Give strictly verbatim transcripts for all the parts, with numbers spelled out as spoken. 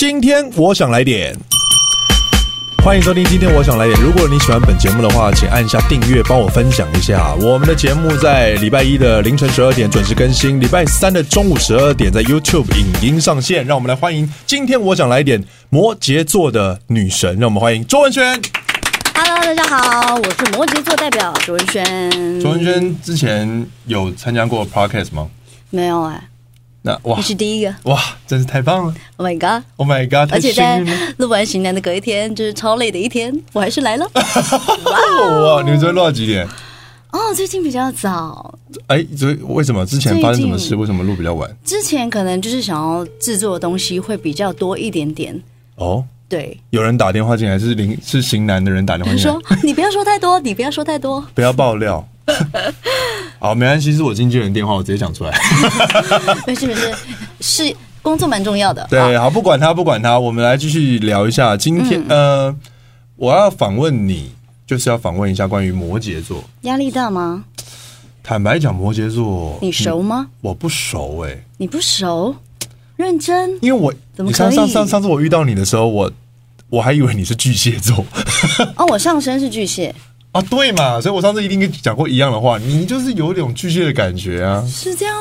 今天我想来点。欢迎收听今天我想来点。如果你喜欢本节目的话，请按下订阅，帮我分享一下。我们的节目在礼拜一的凌晨十二点准时更新，礼拜三的中午十二点在 YouTube 影音上线。让我们来欢迎今天我想来点摩羯座的女神，让我们欢迎周文萱。 Hello， 大家好，我是摩羯座代表周文萱。 周文萱之前有参加过 Podcast 吗？ 没有哎、欸。 那哇， 你是第一个哇，真是太棒了 ！Oh my god！ Oh my god！ 而且在录完型男的隔一天，就是超累的一天，我还是来了。 哇！你们昨天录到几点？ 哦，最近比较早。 哎，所以为什么之前发生什么事？为什么录比较晚？ 之前可能就是想要制作的东西会比较多一点点。 哦， 对。有人打电话进来，是零是型男的人打电话进来， 说你不要说太多，你不要说太多， 不要爆料。好，没关系，是我经纪人电话，我直接讲出来。 没事没事，是工作蛮重要的。 对，好，不管他，不管他，我们来继续聊一下。今天、嗯、呃，我要访问你，就是要访问一下关于摩羯座。 压力大吗？ 坦白讲，摩羯座， 你熟吗？ 我不熟哎、欸。 你不熟？认真？ 因为我怎么可以？ 你上上上次我遇到你的时候，我我还以为你是巨蟹座。 哦，我上升是巨蟹。 啊，对嘛，所以我上次一定跟你讲过一样的话，你就是有一种巨蟹的感觉啊。 是这样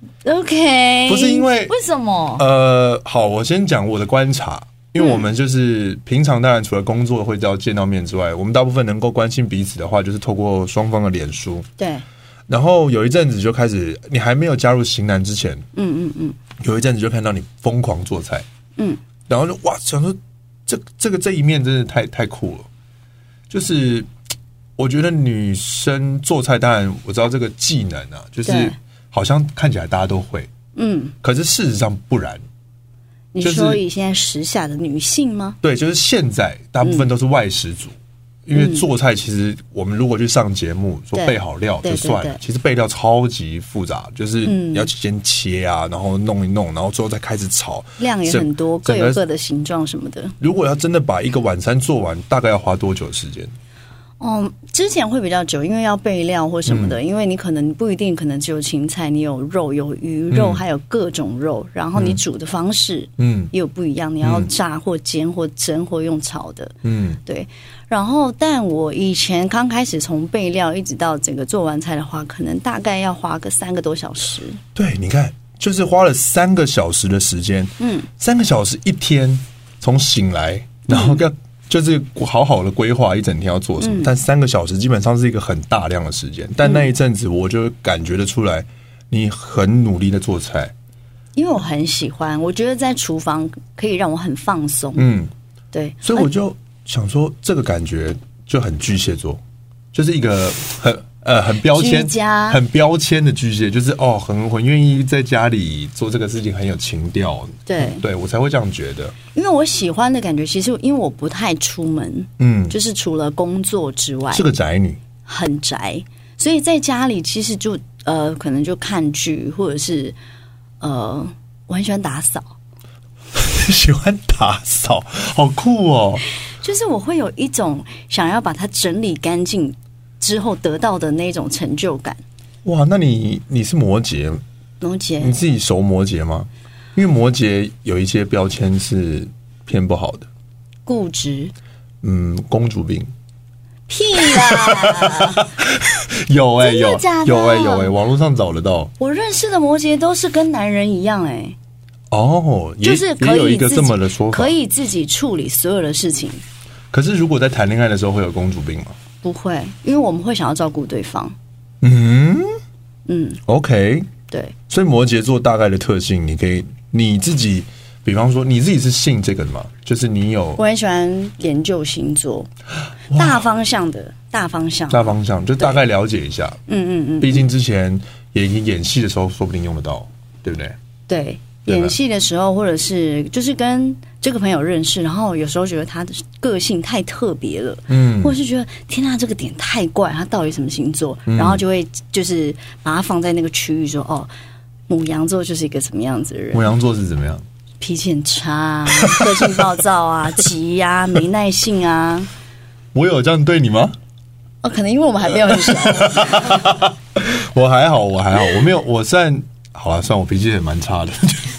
，OK？ 不是因为为什么？ 呃，好，我先讲我的观察，因为我们就是平常当然除了工作会要见到面之外，我们大部分能够关心彼此的话，就是透过双方的脸书。 对。 然后有一阵子就开始，你还没有加入型男之前， 嗯嗯嗯， 有一阵子就看到你疯狂做菜， 嗯， 然后就哇，想说这这个这一面真的太太酷了，就是我觉得女生做菜，当然我知道这个技能啊，就是好像看起来大家都会，嗯，可是事实上不然。 你说以现在时下的女性吗？ 对，就是现在大部分都是外食族。嗯，因为做菜其实我们如果去上节目说备好料就算了，对对对对，其实备料超级复杂，就是你要先切啊，然后弄一弄，然后之后再开始炒， 量也很多，各有各的形状什么的。 如果要真的把一个晚餐做完，大概要花多久的时间？ 哦，之前会比较久，因为要备料或什么的，嗯、因为你可能不一定可能只有芹菜，你有肉、有鱼肉，嗯、还有各种肉，然后你煮的方式，嗯，也有不一样，你要炸或煎或蒸或用炒的，嗯，对。然后，但我以前刚开始从备料一直到整个做完菜的话，可能大概要花个三个多小时。 对，你看，就是花了三个小时的时间，嗯，三个小时一天，从醒来，然后要。嗯就是好好的规划一整天要做什么，嗯、但三个小时基本上是一个很大量的时间。但那一阵子我就感觉得出来，你很努力的做菜， 因为我很喜欢，我觉得在厨房可以让我很放松。嗯，对， 所以我就想说，这个感觉就很巨蟹座，就是一个很呃很标签、很标签的巨蟹，就是哦，很很愿意在家里做这个事情，很有情调。 对， 对我才会这样觉得。 因为我喜欢的感觉，其实因为我不太出门，嗯，就是除了工作之外， 是个宅女， 很宅，所以在家里其实就呃，可能就看剧，或者是呃，我很喜欢打扫， 喜欢打扫，好酷哦！ 就是我会有一种想要把它整理干净之后得到的那种成就感。 哇，那你你是摩羯， 摩羯， 你自己熟摩羯吗？因为摩羯有一些标签是偏不好的， 固执， 嗯，公主病， 屁啦， 有哎、欸、有有哎、欸、有哎、欸，网络上找得到。 我认识的摩羯都是跟男人一样哎、欸， 哦， 就是可以也有一个这么的说法， 可以自己处理所有的事情。 可是如果在谈恋爱的时候会有公主病吗？ 不会，因为我们会想要照顾对方。 嗯嗯 ，OK， 对， 所以摩羯座大概的特性，你可以你自己，比方说你自己是信这个的吗？就是你有， 我很喜欢研究星座，大方向的大方向， 大方向就大概了解一下。 嗯嗯嗯， 毕竟之前也演戏的时候，说不定用得到，对不对？ 对。演戏的时候，或者是就是跟这个朋友认识，然后有时候觉得他的个性太特别了，嗯，或者是觉得天啊这个点太怪，他到底什么星座？嗯、然后就会就是把他放在那个区域说，哦，牡羊座就是一个什么样子的人？ 牡羊座是怎么样？ 脾气很差，个性暴躁啊，急啊，没耐性啊。 我有这样对你吗？ 哦，可能因为我们还没有很熟。 我还好，我还好，我没有，我算好了，算我脾气也蛮差的。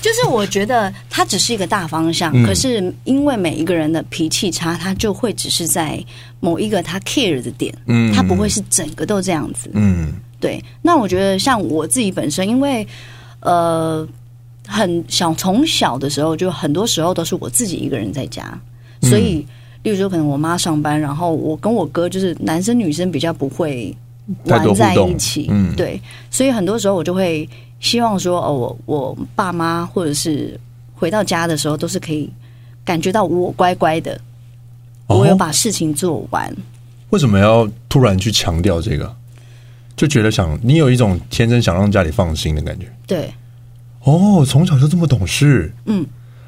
就是我觉得它只是一个大方向，嗯、可是因为每一个人的脾气差，他就会只是在某一个他 care 的点，嗯，他不会是整个都这样子，嗯，对。那我觉得像我自己本身，因为呃很小，从小的时候就很多时候都是我自己一个人在家，所以。嗯例如说，可能我妈上班，然后我跟我哥就是男生女生比较不会玩在一起，嗯，对，所以很多时候我就会希望说，哦，我我爸妈或者是回到家的时候，都是可以感觉到我乖乖的，哦、我有把事情做完。 为什么要突然去强调这个？就觉得想你有一种天生想让家里放心的感觉。 对， 哦，从小就这么懂事，嗯。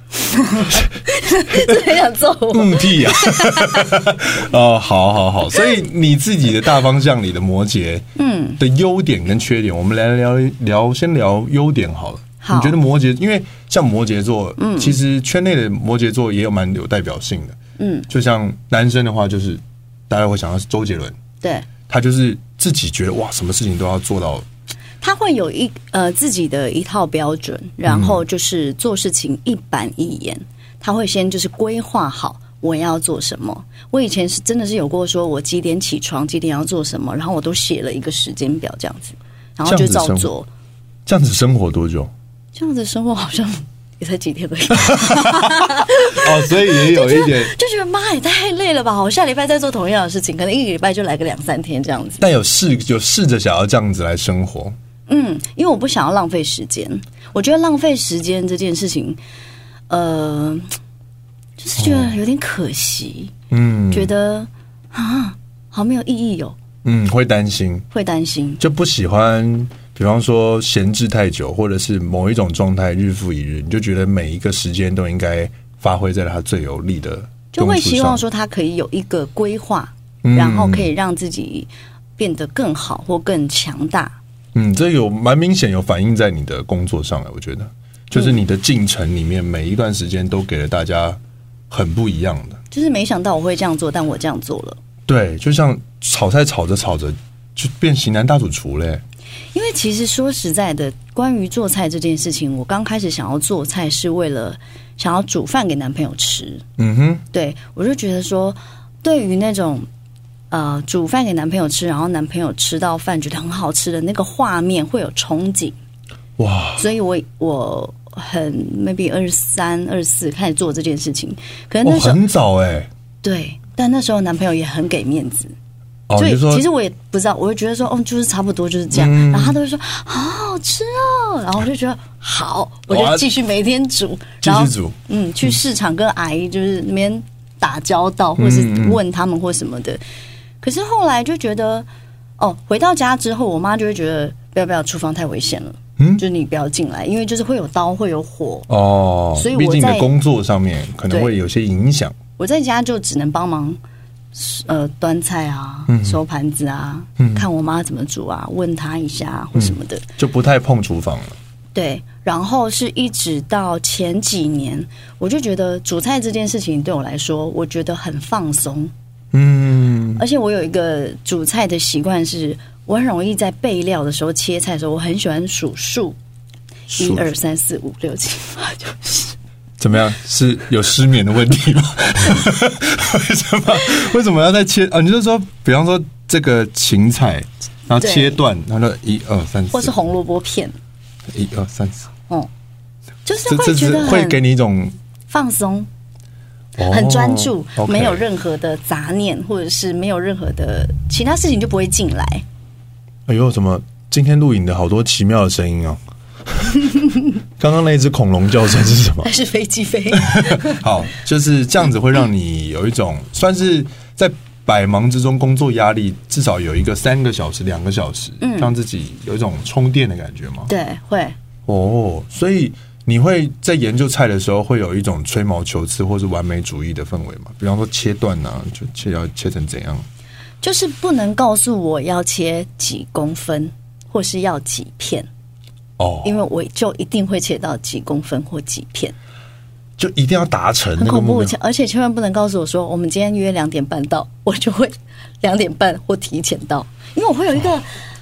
真的想揍我？ 嗯，屁呀、啊！哦，好好好，所以你自己的大方向里的摩羯，嗯，的优点跟缺点，我们来聊聊，先聊优点好了。好，你觉得摩羯，因为像摩羯座，嗯，其实圈内的摩羯座也有蛮有代表性的，嗯，就像男生的话，就是大家会想到是周杰伦， 对， 他就是自己觉得哇，什么事情都要做到。 他会有一呃自己的一套标准，然后就是做事情一板一眼。他会先就是规划好我要做什么。我以前是真的是有过说我几点起床，几点要做什么，然后我都写了一个时间表这样子，然后就照做。 这样子生活多久？ 这样子生活好像也才几天而已。 哦，所以也有一点就觉得妈也太累了吧！我下礼拜再做同样的事情，可能一个礼拜就来个两三天这样子。 但有试有试着想要这样子来生活。 嗯，因为我不想要浪费时间，我觉得浪费时间这件事情，呃，就是觉得有点可惜，嗯，觉得啊，好没有意义哦， 嗯，会担心， 会担心， 就不喜欢，比方说闲置太久，或者是某一种状态日复一日，你就觉得每一个时间都应该发挥在它最有利的， 就会希望说它可以有一个规划，嗯，然后可以让自己变得更好或更强大。 嗯，这有蛮明显有反映在你的工作上了，我觉得，就是你的进程里面每一段时间都给了大家很不一样的。 就是没想到我会这样做，但我这样做了。 对，就像炒菜炒着炒着就变型男大主厨嘞。 因为其实说实在的，关于做菜这件事情，我刚开始想要做菜是为了想要煮饭给男朋友吃。嗯哼，对，我就觉得说，对于那种。呃，煮饭给男朋友吃，然后男朋友吃到饭觉得很好吃的那个画面会有憧憬，哇！所以我我很 maybe 二十三、二十四开始做这件事情，可能那时候、 哦、很早哎、欸， 对，但那时候男朋友也很给面子， 哦、 所以其实我也不知道，我就觉得说，哦，就是差不多就是这样，嗯、然后他都会说好好吃哦，然后我就觉得好，我就继续每天煮， 继续煮， 嗯，去市场跟阿姨就是那边打交道，或是问他们或什么的。嗯可是后来就觉得，哦，回到家之后，我妈就会觉得不要不要，厨房太危险了，嗯，就是你不要进来，因为就是会有刀会有火哦，所以我在毕竟你的工作上面可能会有些影响。 我在家就只能帮忙，呃，端菜啊，嗯、收盘子啊，嗯、看我妈怎么煮啊，问她一下或什么的，嗯、 就不太碰厨房了。 对，然后是一直到前几年，我就觉得煮菜这件事情对我来说，我觉得很放松。嗯，而且我有一个煮菜的习惯，是我很容易在备料的时候切菜的时候，我很喜欢数数，一二三四五六七八九十。 怎么样？是有失眠的问题吗？为什么？为什么要再切啊？你就说，比方说这个芹菜，然后切断，然后一二三四， 或是红萝卜片， 一二三四。哦， 就是会觉得会给你一种放松。很专注，哦 okay、没有任何的杂念，或者是没有任何的其他事情就不会进来。 哎呦，怎么今天录影的好多奇妙的声音哦！刚刚那一只恐龙叫声是什么？ 还是飞机飞？ 好，就是这样子会让你有一种算是在百忙之中工作压力，至少有一个三个小时、两个小时，嗯，让自己有一种充电的感觉吗？ 对，会。 哦，所以。你会在研究菜的时候会有一种吹毛求疵或是完美主义的氛围吗？比方说切断啊，就切要切成怎样？ 就是不能告诉我要切几公分，或是要几片哦，因为我就一定会切到几公分或几片， 就一定要达成那个目标。很恐怖，而且千万不能告诉我说我们今天约两点半到，我就会两点半或提前到，因为我会有一个。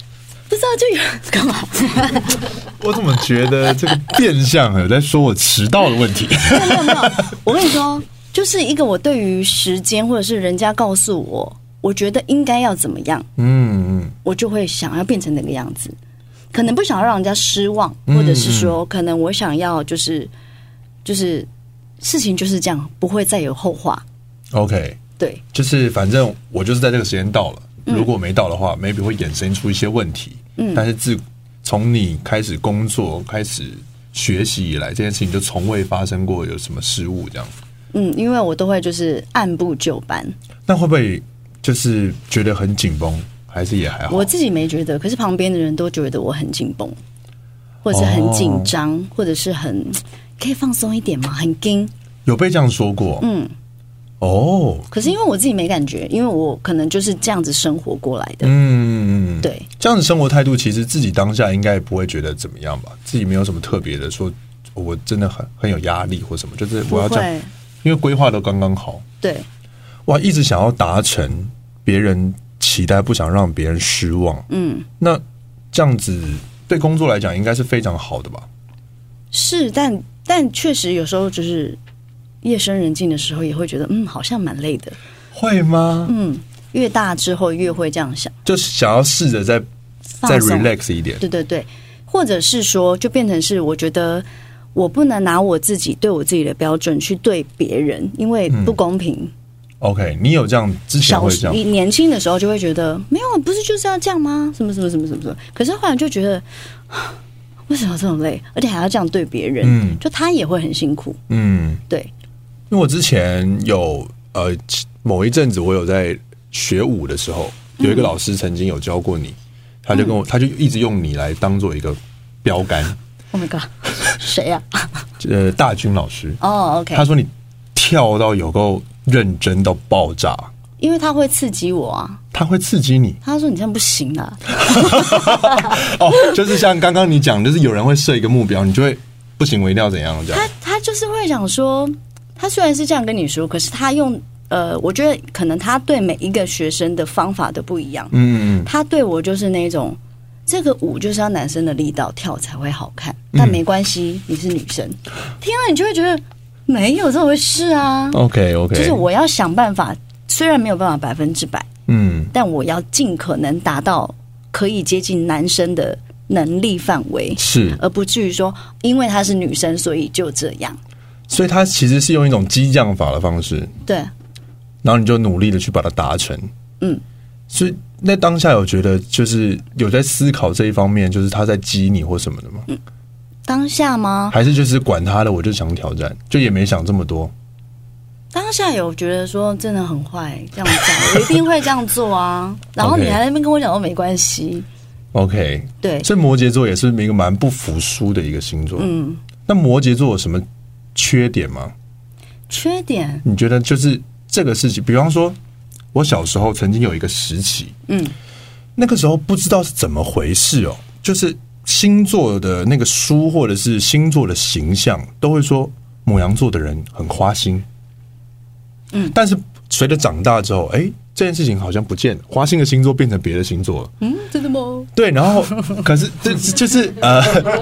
不知道就有干嘛？ 我怎么觉得这个变相有在说我迟到的问题？ 没有没有没有，我跟你说，就是一个我对于时间，或者是人家告诉我，我觉得应该要怎么样，嗯嗯，我就会想要变成那个样子。可能不想要让人家失望，或者是说，可能我想要就是就是事情就是这样，不会再有后话。 OK， 对， 就是反正我就是在这个时间到了，嗯、如果没到的话 ，maybe 会衍生出一些问题。嗯，但是自从你开始工作、开始学习以来，这件事情就从未发生过有什么失误这样。 嗯，因为我都会就是按部就班。 那会不会就是觉得很紧绷？还是也还好， 我自己没觉得，可是旁边的人都觉得我很紧绷，或者是很紧张，哦、或者是很可以放松一点吗？很紧， 有被这样说过？嗯，哦， 可是因为我自己没感觉，因为我可能就是这样子生活过来的。 嗯， 对， 这样子生活态度，其实自己当下应该不会觉得怎么样吧？自己没有什么特别的说，我真的很很有压力或什么，就是我要这样，因为规划都刚刚好。 对， 哇，一直想要达成别人期待，不想让别人失望。嗯，那这样子对工作来讲应该是非常好的吧？ 是，但但确实有时候就是夜深人静的时候，也会觉得嗯，好像蛮累的。 会吗？ 嗯，越大之后越会这样想， 就是想要试着再再 relax 一点。 对对对，或者是说，就变成是我觉得我不能拿我自己对我自己的标准去对别人，因为不公平。嗯 OK， 你有这样之前会这样？ 你年轻的时候就会觉得没有，不是就是要这样吗？什么什么什么什么什么？可是后来就觉得，为什么这么累，而且还要这样对别人？嗯，就他也会很辛苦。嗯，对。 因为我之前有呃某一阵子我有在学舞的时候，有一个老师曾经有教过你，嗯、他就跟我，他就一直用你来当做一个标杆。 Oh my god， 谁呀、啊？ 呃，大军老师。 哦、oh, ，OK。 他说你跳到有够认真到爆炸， 因为他会刺激我啊。 他会刺激你？ 他说你这样不行啊。 哦，就是像刚刚你讲，就是有人会设一个目标，你就会不行，我一定要怎样这样。 他他就是会讲说，他虽然是这样跟你说，可是他用呃，我觉得可能他对每一个学生的方法都不一样。嗯嗯。他对我就是那种，这个舞就是要男生的力道跳才会好看，但没关系，你是女生，听了你就会觉得。没有这回事啊 ！OK OK， 就是我要想办法，虽然没有办法百分之百，嗯，但我要尽可能达到可以接近男生的能力范围， 是， 而不至于说因为她是女生所以就这样。 所以他其实是用一种激将法的方式， 对， 然后你就努力的去把它达成，嗯，所以那当下有觉得就是有在思考这一方面，就是他在激你或什么的吗？嗯。 当下吗？ 还是就是管他的，我就想挑战，就也没想这么多。 当下有觉得说真的很坏，这样讲我一定会这样做啊。然后你还在那边跟我讲说没关系。 OK， 对， 所以摩羯座也是一个蛮不服输的一个星座。嗯，那摩羯座有什么缺点吗？ 缺点？ 你觉得就是这个事情，比方说，我小时候曾经有一个时期，嗯，那个时候不知道是怎么回事哦，就是。星座的那个书或者是星座的形象都会说牡羊座的人很花心，嗯，但是随着长大之后，哎，这件事情好像不见了，花心的星座变成别的星座了， 嗯，真的吗？ 对，然后可是这就是呃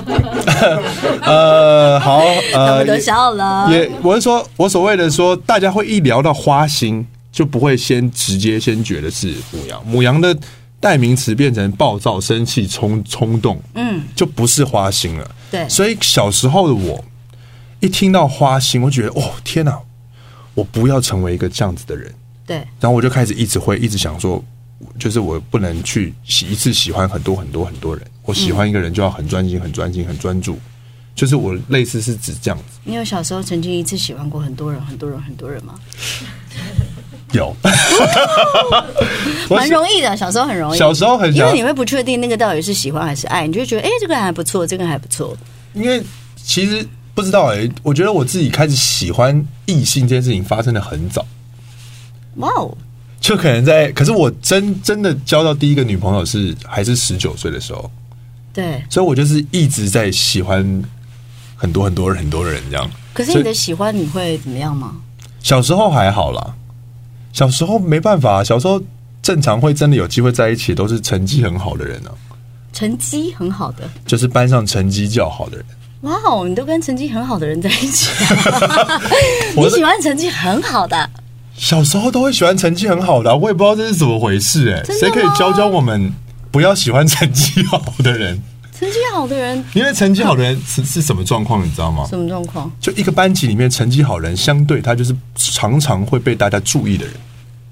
呃好呃， 我都笑了， 也我是说我所谓的说，大家会一聊到花心，就不会先直接先觉得是牡羊，牡羊的。代名词变成暴躁、生气、冲冲动，嗯，就不是花心了。 对， 所以小时候的我，一听到花心，我觉得哦天哪，我不要成为一个这样子的人。 对， 然后我就开始一直会一直想说，就是我不能去喜一次喜欢很多很多很多人，我喜欢一个人就要很专心、很专心、很专注。就是我类似是指这样子。 你有小时候曾经一次喜欢过很多人、很多人、很多人吗？ 有， 蛮容易的。小时候很容易， 小时候很， 因为你会不确定那个到底是喜欢还是爱，你就会觉得哎、欸，这个人还不错，这个人还不错。 因为其实不知道哎、欸，我觉得我自己开始喜欢异性这件事情发生的很早。 哇哦！ 就可能在，可是我真真的交到第一个女朋友是还是十九岁的时候。 对， 所以我就是一直在喜欢很多很多人很多人这样。 可是你的喜欢你会怎么样吗？ 小时候还好啦。小时候没办法，小时候正常会真的有机会在一起，都是成绩很好的人啊。 成绩很好的， 就是班上成绩较好的人。 哇哦，你都跟成绩很好的人在一起、啊、你喜欢成绩很好的？ 小时候都会喜欢成绩很好的、啊，我也不知道这是怎么回事哎、欸，谁可以教教我们不要喜欢成绩好的人？ 成绩好的人，因为成绩好的人是是什么状况，你知道吗？ 什么状况？ 就一个班级里面成绩好的人，相对他就是常常会被大家注意的人。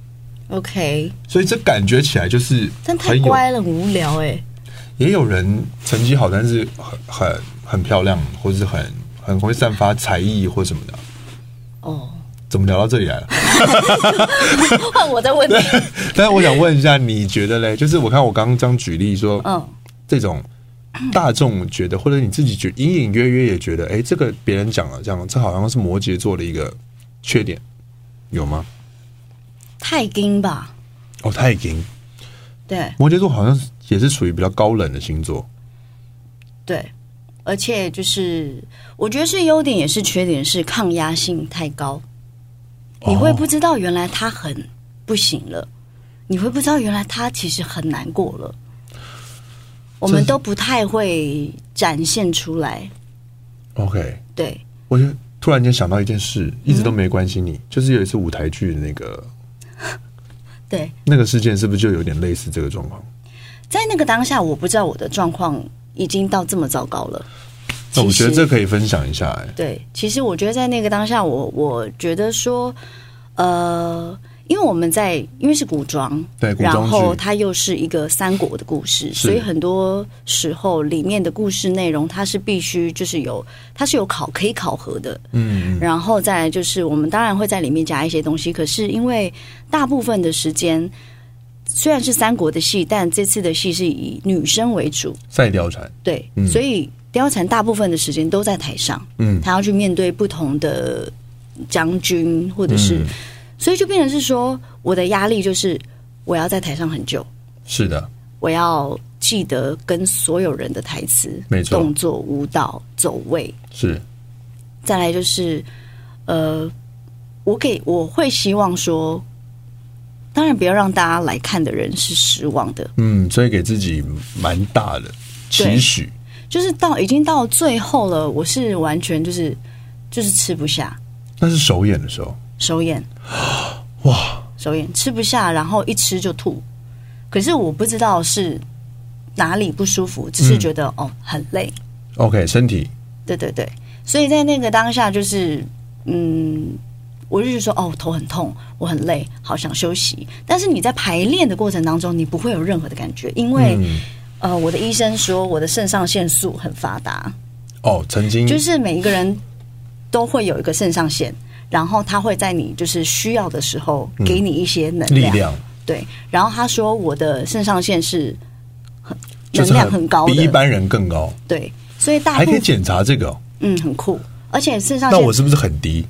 OK， 所以这感觉起来就是真太乖了，无聊哎、欸。 也有人成绩好，但是很很很漂亮，或是很很会散发才艺或什么的。哦，怎么聊到这里来了？ 换我在问你。 但是我想问一下，你觉得嘞？就是我看我刚刚这样举例说，嗯，这种大众觉得，或者你自己觉得隐隐约约也觉得，哎，这个别人讲了这样，这好像是摩羯座的一个缺点，有吗？ 太硬吧？ 哦，太硬。 对， 摩羯座好像也是属于比较高冷的星座。 对，而且就是我觉得是优点也是缺点，是抗压性太高。你会不知道原来他很不行了，你会不知道原来他其实很难过了。我们都不太会展现出来。OK， 对， 我就突然间想到一件事，一直都没关心你，嗯、就是有一次舞台剧的那个。 对， 那个事件是不是就有点类似这个状况？ 在那个当下，我不知道我的状况已经到这么糟糕了。 那我觉得这可以分享一下、欸。 对，其实我觉得在那个当下，我我觉得说，呃，因为我们在因为是古装， 对，古装然后它又是一个三国的故事，所以很多时候里面的故事内容它是必须就是有它是有考可以考核的，嗯，然后再来就是我们当然会在里面加一些东西，可是因为大部分的时间虽然是三国的戏，但这次的戏是以女生为主， 赛貂蝉， 对，嗯、所以貂蝉大部分的时间都在台上，嗯，她要去面对不同的将军或者是。嗯，所以就变成是说，我的压力就是我要在台上很久。 是的， 我要记得跟所有人的台词、 没错， 动作、舞蹈、走位。 是。 再来就是，呃，我给我会希望说，当然不要让大家来看的人是失望的。 嗯，所以给自己蛮大的期许， 就是到已经到最后了，我是完全就是就是吃不下。 那是首演的时候。 首演，哇！首演吃不下，然后一吃就吐。可是我不知道是哪里不舒服，只是觉得、嗯、哦很累。 OK， 身体。 对对对，所以在那个当下，就是嗯，我就是说哦头很痛，我很累，好想休息。但是你在排练的过程当中，你不会有任何的感觉，因为、嗯、呃，我的医生说我的肾上腺素很发达。 哦，曾经就是每一个人都会有一个肾上腺。然后他会在你就是需要的时候给你一些能量， 力量。 对，然后他说我的肾上腺是很能量很高的， 比一般人更高。 对，所以大部还可以检查这个、哦， 嗯，很酷。而且肾上腺， 那我是不是很低？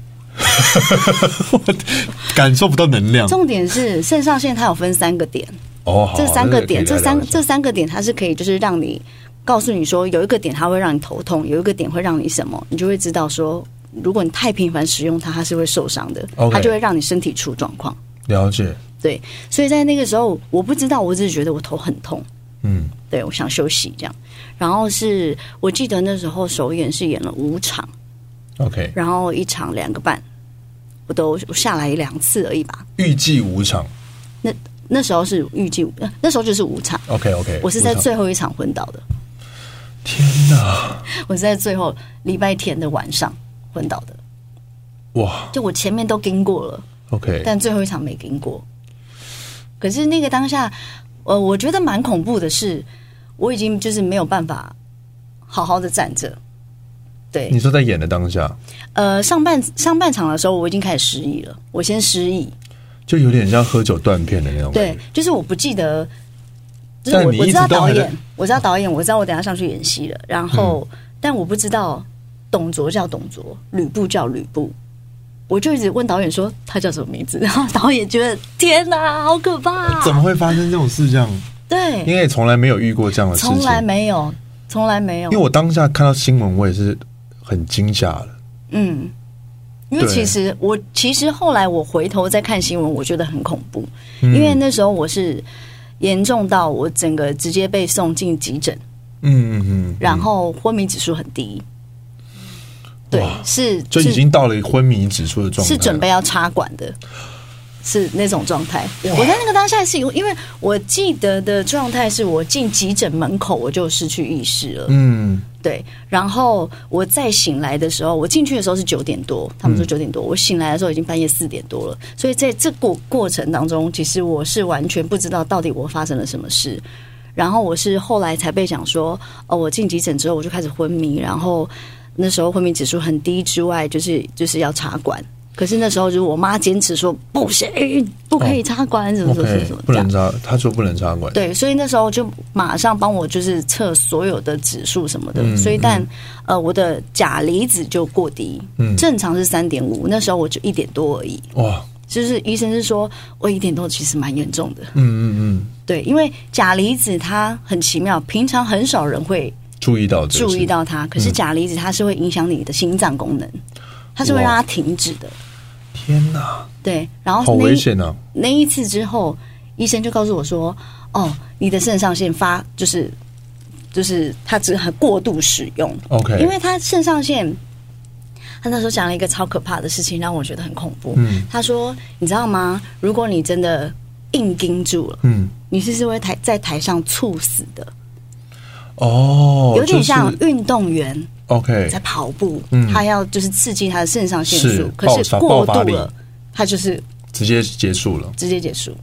感受不到能量。 重点是肾上腺它有分三个点哦，好这三个点，这三这三个点它是可以就是让你告诉你说有一个点它会让你头痛，有一个点会让你什么，你就会知道说。如果你太频繁使用它，它是会受伤的， okay, 它就会让你身体出状况。 了解， 对，所以在那个时候，我不知道，我只是觉得我头很痛，嗯，对，我想休息这样。然后是我记得那时候首演是演了五场 ，OK， 然后一场两个半，我都我下来两次而已吧。 预计五场， 那那时候是预计，那时候就是五场 ，OK OK， 我是在最后一场昏倒的。 天哪！ 我是在最后礼拜天的晚上。昏倒的， 哇！ 就我前面都经过了 ，OK， 但最后一场没经过。可是那个当下，呃，我觉得蛮恐怖的是，我已经就是没有办法好好的站着。对， 你说在演的当下， 呃，上半上半场的时候，我已经开始失忆了，我先失忆， 就有点像喝酒断片的那种感觉。 对，就是我不记得，就是我我知道导演，我知道导演，我知道我等一下上去演戏了，然后、嗯、但我不知道。董卓叫董卓，吕布叫吕布，我就一直问导演说他叫什么名字，然后导演觉得天哪，好可怕、啊！ 怎么会发生这种事？这样对， 因为从来没有遇过这样的事情， 从来没有，从来没有。 因为我当下看到新闻，我也是很惊吓的。嗯， 因为其实我其实后来我回头再看新闻，我觉得很恐怖，嗯、因为那时候我是严重到我整个直接被送进急诊。 嗯嗯嗯， 然后昏迷指数很低，对，是就已经到了昏迷指数的状态， 是准备要插管的。是那种状态，我在那个当下是因为我记得的状态是我进急诊门口我就失去意识了，嗯，对，然后我再醒来的时候，我进去的时候是九点多，他们说九点多，我醒来的时候已经半夜四点多了，所以在这个过程当中，其实我是完全不知道到底我发生了什么事，然后我是后来才被讲说，哦，我进急诊之后我就开始昏迷，然后那时候昏迷指数很低之外，就是就是要插管。可是那时候，就是我妈坚持说不行，不可以插管，什么什么什么， 不能插。她说不能插管。 对，所以那时候就马上帮我就是测所有的指数什么的。嗯、所以但、嗯、呃，我的钾离子就过低，嗯，正常是三点五，那时候我就一点多而已。哇！就是医生是说我一点多其实蛮严重的。嗯嗯嗯。对，因为钾离子它很奇妙，平常很少人会注意到注意到它，可是钾离子它是会影响你的心脏功能。它是会让它停止的。 天哪！ 对，然后好危险啊！ 那一次之后，医生就告诉我说：“哦，你的肾上腺发就是就是它只很过度使用。” OK， 因为它肾上腺，他那时候讲了一个超可怕的事情，让我觉得很恐怖。嗯，他说：“你知道吗？如果你真的硬盯住了，嗯，你是是会台在台上猝死的。”哦，有点像运动员。 OK， 在跑步，嗯，他要就是刺激他的肾上腺素，可是过度了，他就是直接结束了， 直接结束。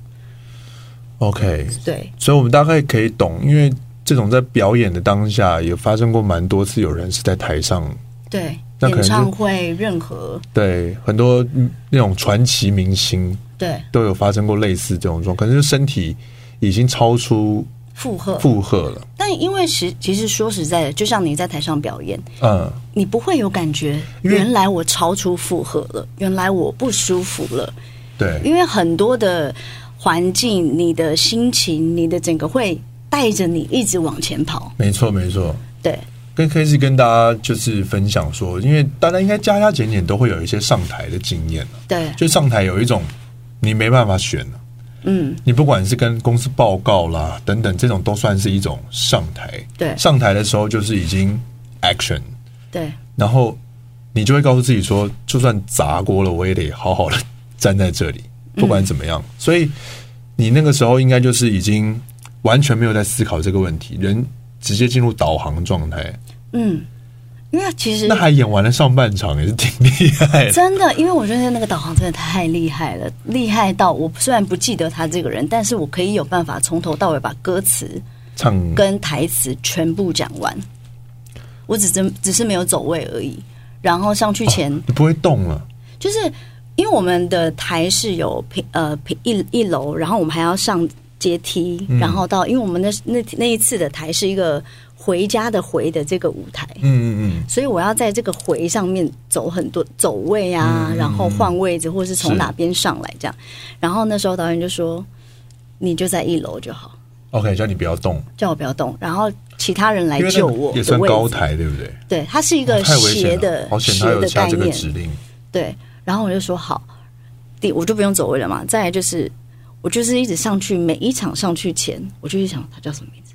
OK， 对， 所以我们大概可以懂，因为这种在表演的当下也发生过蛮多次，有人是在台上， 对，演唱会任何， 对，很多那种传奇明星， 对， 都有发生过类似这种状况，可是身体已经超出负荷负荷了。 但因为其其实说实在的，就像你在台上表演，嗯，你不会有感觉，原来我超出负荷了，原来我不舒服了。 对， 因为很多的环境、你的心情、你的整个会带着你一直往前跑。 没错，没错。 对， 跟 Casey 跟大家就是分享说，因为大家应该加加减减都会有一些上台的经验了。 对， 就上台有一种你没办法选了。嗯，你不管是跟公司报告啦等等，这种都算是一种上台。 对， 上台的时候就是已经 action。 对， 然后你就会告诉自己说，就算砸锅了，我也得好好的站在这里，不管怎么样。嗯、所以你那个时候应该就是已经完全没有在思考这个问题，人直接进入导航状态。嗯。 因为其实那还演完了上半场也是挺厉害的， 真的。因为我觉得那个导航真的太厉害了，厉害到我虽然不记得他这个人，但是我可以有办法从头到尾把歌词、 唱跟台词全部讲完。我只是只是没有走位而已。然后上去前， 哦、你不会动了， 就是因为我们的台是有平呃平一一楼，然后我们还要上阶梯，嗯、然后到因为我们那那那一次的台是一个。回家的回的这个舞台，嗯嗯嗯，所以我要在这个回上面走很多走位啊，嗯、然后换位置，或是从哪边上来这样。然后那时候导演就说：“你就在一楼就好。” OK， 叫你不要动， 叫我不要动，然后其他人来救我。 也算高台，对不对？ 对，它是一个斜的、 哦、 斜的概念。 指令对，然后我就说好，第我就不用走位了嘛。再来就是，我就是一直上去，每一场上去前，我就去想他叫什么名字。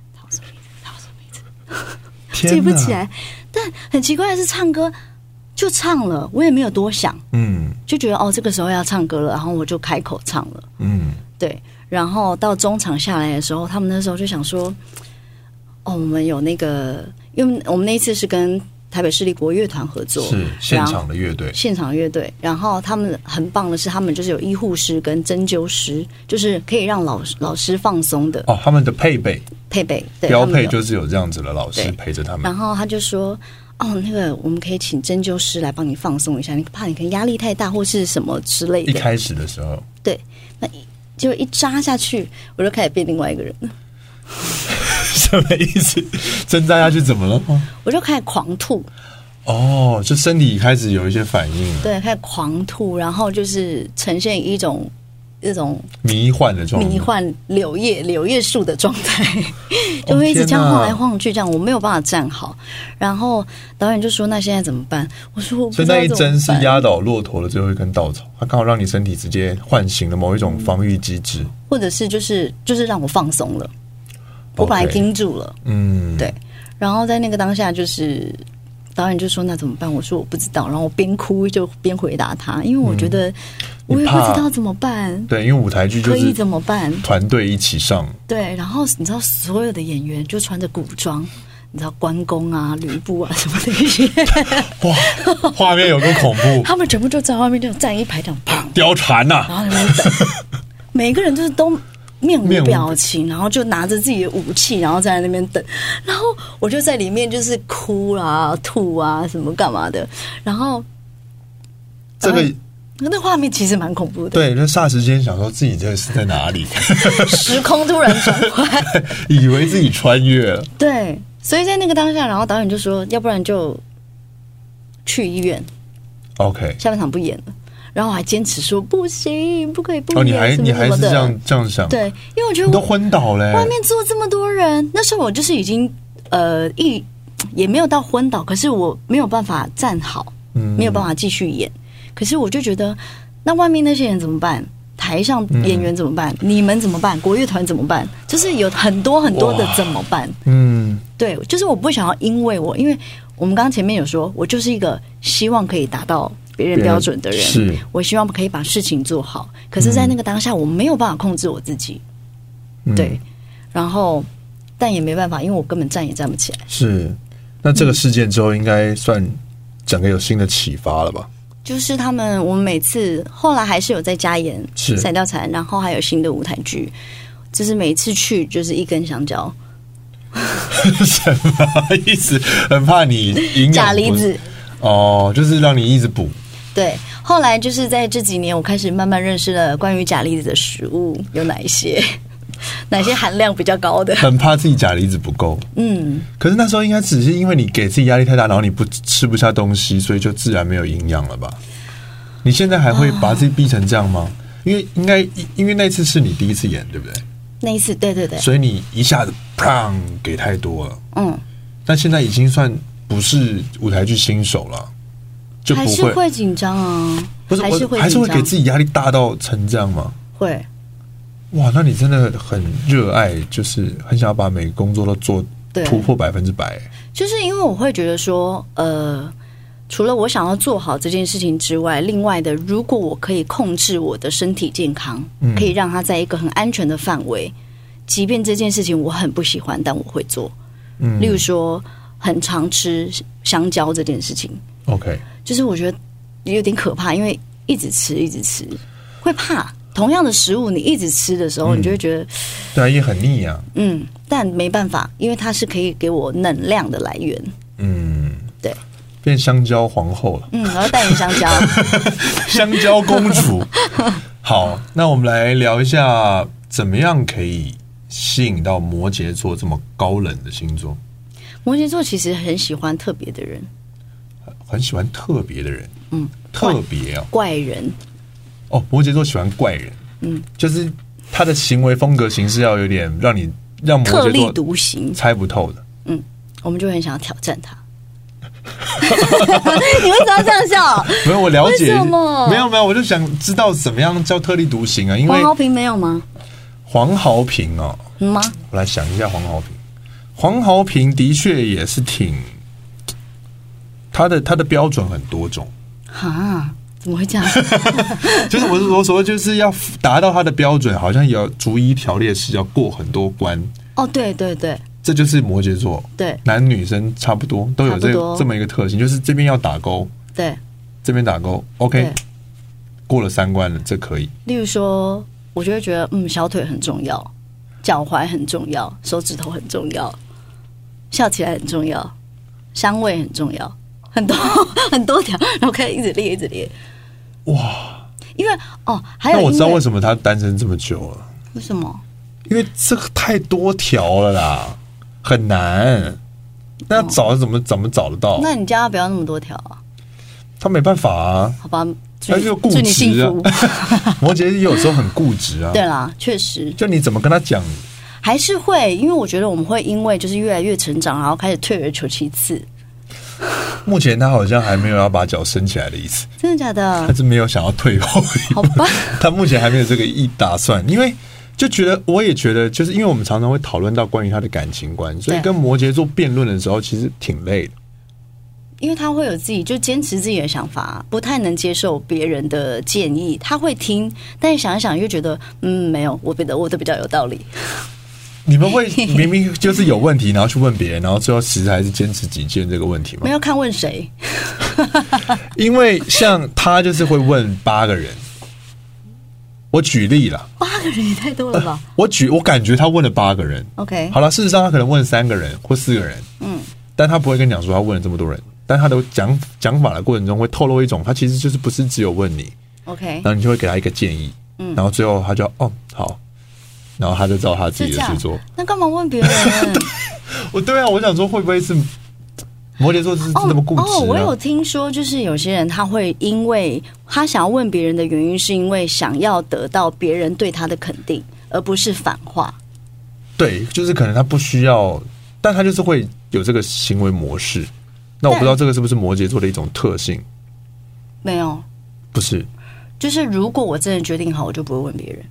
记不起来，但很奇怪的是，唱歌就唱了，我也没有多想，嗯，就觉得哦，这个时候要唱歌了，然后我就开口唱了，嗯，对。然后到中场下来的时候，他们那时候就想说，哦，我们有那个，因为我们那一次是跟台北市立国乐团合作， 是现场的乐队， 现场乐队。然后他们很棒的是，他们就是有医护师跟针灸师，就是可以让老老师放松的。 哦，他们的配备配备标配就是有这样子的老师陪着他们。 然后他就说：“哦，那个我们可以请针灸师来帮你放松一下，你怕你可能压力太大或是什么之类的。” 一开始的时候， 对，那就一扎下去，我就开始变另外一个人了。 什么意思？针扎下去怎么了？ 我就开始狂吐。 哦，就身体开始有一些反应了。 对，开始狂吐，然后就是呈现一种一种迷幻的状态， 迷幻柳叶柳叶树的状态，就会一直这样晃来晃去，这样我没有办法站好。然后导演就说：“那现在怎么办？”我说：“我不知道怎么办。” 所以那一针是压倒骆驼的最后一根稻草，它刚好让你身体直接唤醒了某一种防御机制， 或者是就是就是让我放松了。我本来盯住了，嗯，对。 然后在那个当下，就是导演就说那怎么办？我说我不知道，然后我边哭就边回答他，因为我觉得我也不知道怎么办。 嗯、对，因为舞台剧就是可以怎么办？团队一起上。 对，然后你知道所有的演员就穿着古装。你知道关公啊、吕布啊什么的一些， 哇，画面有多恐怖！ 他们全部就在外面就站一排，这样砰， 貂蝉呐， 然后在那边等，每个人就是都面无表情，然后就拿着自己的武器，然后在那边等。然后我就在里面就是哭啦、吐啊、什么干嘛的。然后这个那画面其实蛮恐怖的。 对，就霎时间想说自己这是在哪里， 时空突然转换， 以为自己穿越了。 对。所以在那个当下，然后导演就说：“要不然就去医院 ，OK， 下半场不演了。”然后我还坚持说：“不行，不可以不演。” 哦，你还你还是这样这样想？ 对，因为我觉得我你都昏倒了、欸， 外面坐这么多人，那时候我就是已经呃一也没有到昏倒，可是我没有办法站好，嗯，没有办法继续演。可是我就觉得，那外面那些人怎么办？台上演员怎么办？嗯、你们怎么办？国乐团怎么办？就是有很多很多的怎么办？嗯，对，就是我不想要因为我，因为我们刚刚前面有说，我就是一个希望可以达到别人标准的人， 是我希望可以把事情做好。可是，在那个当下，我没有办法控制我自己，嗯、对，然后但也没办法，因为我根本站也站不起来。 是，那这个事件之后，应该算整个有新的启发了吧？ 就是他们，我们每次后来还是有在加演《赛貂蝉》，然后还有新的舞台剧，就是每次去就是一根香蕉。 什么意思？很怕你营养钾离子哦，就是让你一直补。 对，后来就是在这几年，我开始慢慢认识了关于钾离子的食物有哪一些，哪些含量比较高的。 很怕自己钾离子不够。嗯，可是那时候应该只是因为你给自己压力太大，然后你不吃不下东西，所以就自然没有营养了吧？你现在还会把自己逼成这样吗？啊、因为应该因为那次是你第一次演，对不对？ 那一次，对对对。 所以你一下子砰给太多了。嗯，但现在已经算不是舞台剧新手了。就不会还是会紧张啊， 不是还是会还是会给自己压力大到成这样吗？ 会。 哇，那你真的很热爱，就是很想要把每个工作都做突破百分之百。 就是因为我会觉得说，呃，除了我想要做好这件事情之外，另外的，如果我可以控制我的身体健康，嗯、可以让它在一个很安全的范围，即便这件事情我很不喜欢，但我会做。嗯，例如说，很常吃香蕉这件事情。 OK。 就是我觉得有点可怕，因为一直吃一直吃会怕。同样的食物，你一直吃的时候，嗯、你就会觉得， 对啊，也很腻啊。 嗯，但没办法，因为它是可以给我能量的来源。嗯，对， 变香蕉皇后了。 嗯，我要代言香蕉， 香蕉公主。好，那我们来聊一下，怎么样可以吸引到摩羯座这么高冷的星座？ 摩羯座其实很喜欢特别的人。 很喜欢特别的人，嗯，特别啊， 怪人。 哦，摩羯座喜欢怪人，嗯，就是他的行为风格形式要有点让你让摩羯座特立独行、 猜不透的， 嗯，我们就很想要挑战他。你为什么要这样笑？ 没有，我了解， 为什么？ 没有没有，我就想知道怎么样叫特立独行啊？因为黄豪平没有吗？ 黄豪平哦， 嗯吗？ 我来想一下，黄豪平，黄豪平的确也是挺。他的他的标准很多种， 哈，怎么会这样？ 就是我我所谓就是要达到他的标准，好像也要逐一条列式，要过很多关。 哦，对对对， 这就是摩羯座， 对， 男女生差不多都有这这么一个特性，就是这边要打勾， 对， 这边打勾 ，OK， 过了三关了，这可以。 例如说，我就会觉得，嗯，小腿很重要，脚踝很重要，手指头很重要，笑起来很重要，香味很重要。很多很多条，然后可以一直列一直列。 哇！ 因为哦，还有那我知道为什么他单身这么久了。 为什么？ 因为这个太多条了啦，很难。那要找怎么、哦、怎么找得到？ 那你叫他不要那么多条啊。 他没办法啊。 好吧， 他就固执啊。摩羯有时候很固执啊。 对啦，确实。 就你怎么跟他讲？ 还是会，因为我觉得我们会因为就是越来越成长，然后开始退而求其次。 目前他好像还没有要把脚伸起来的意思， 真的假的？ 他是没有想要退后， 好吧？ 他目前还没有这个意打算，因为就就觉得我也觉得，就是因为我们常常会讨论到关于他的感情观，所以跟摩羯座辩论的时候，其实挺累的。 因为他会有自己就坚持自己的想法，不太能接受别人的建议，他会听，但是想一想又觉得，嗯，没有，我觉得我的比较有道理。 你们会明明就是有问题，然后去问别人，然后最后其实还是坚持己见这个问题吗？ 没有看问谁。 因为像他就是会问八个人，我举例啦， 八个人也太多了吧？ 呃、我举我感觉他问了八个人 ，OK， 好了，事实上他可能问三个人或四个人，嗯，但他不会跟你讲说他问了这么多人，但他的讲讲法的过程中会透露一种，他其实就是不是只有问你 ，OK， 然后你就会给他一个建议，嗯，然后最后他就哦好。然后他就照他自己的去做， 那干嘛问别人？ 我对啊，我想说会不会是摩羯座是这么固执、啊、 哦, 哦，我有听说，就是有些人他会因为他想要问别人的原因，是因为想要得到别人对他的肯定，而不是反话。 对，就是可能他不需要，但他就是会有这个行为模式。那我不知道这个是不是摩羯座的一种特性？ 没有， 不是， 就是如果我真的决定好，我就不会问别人。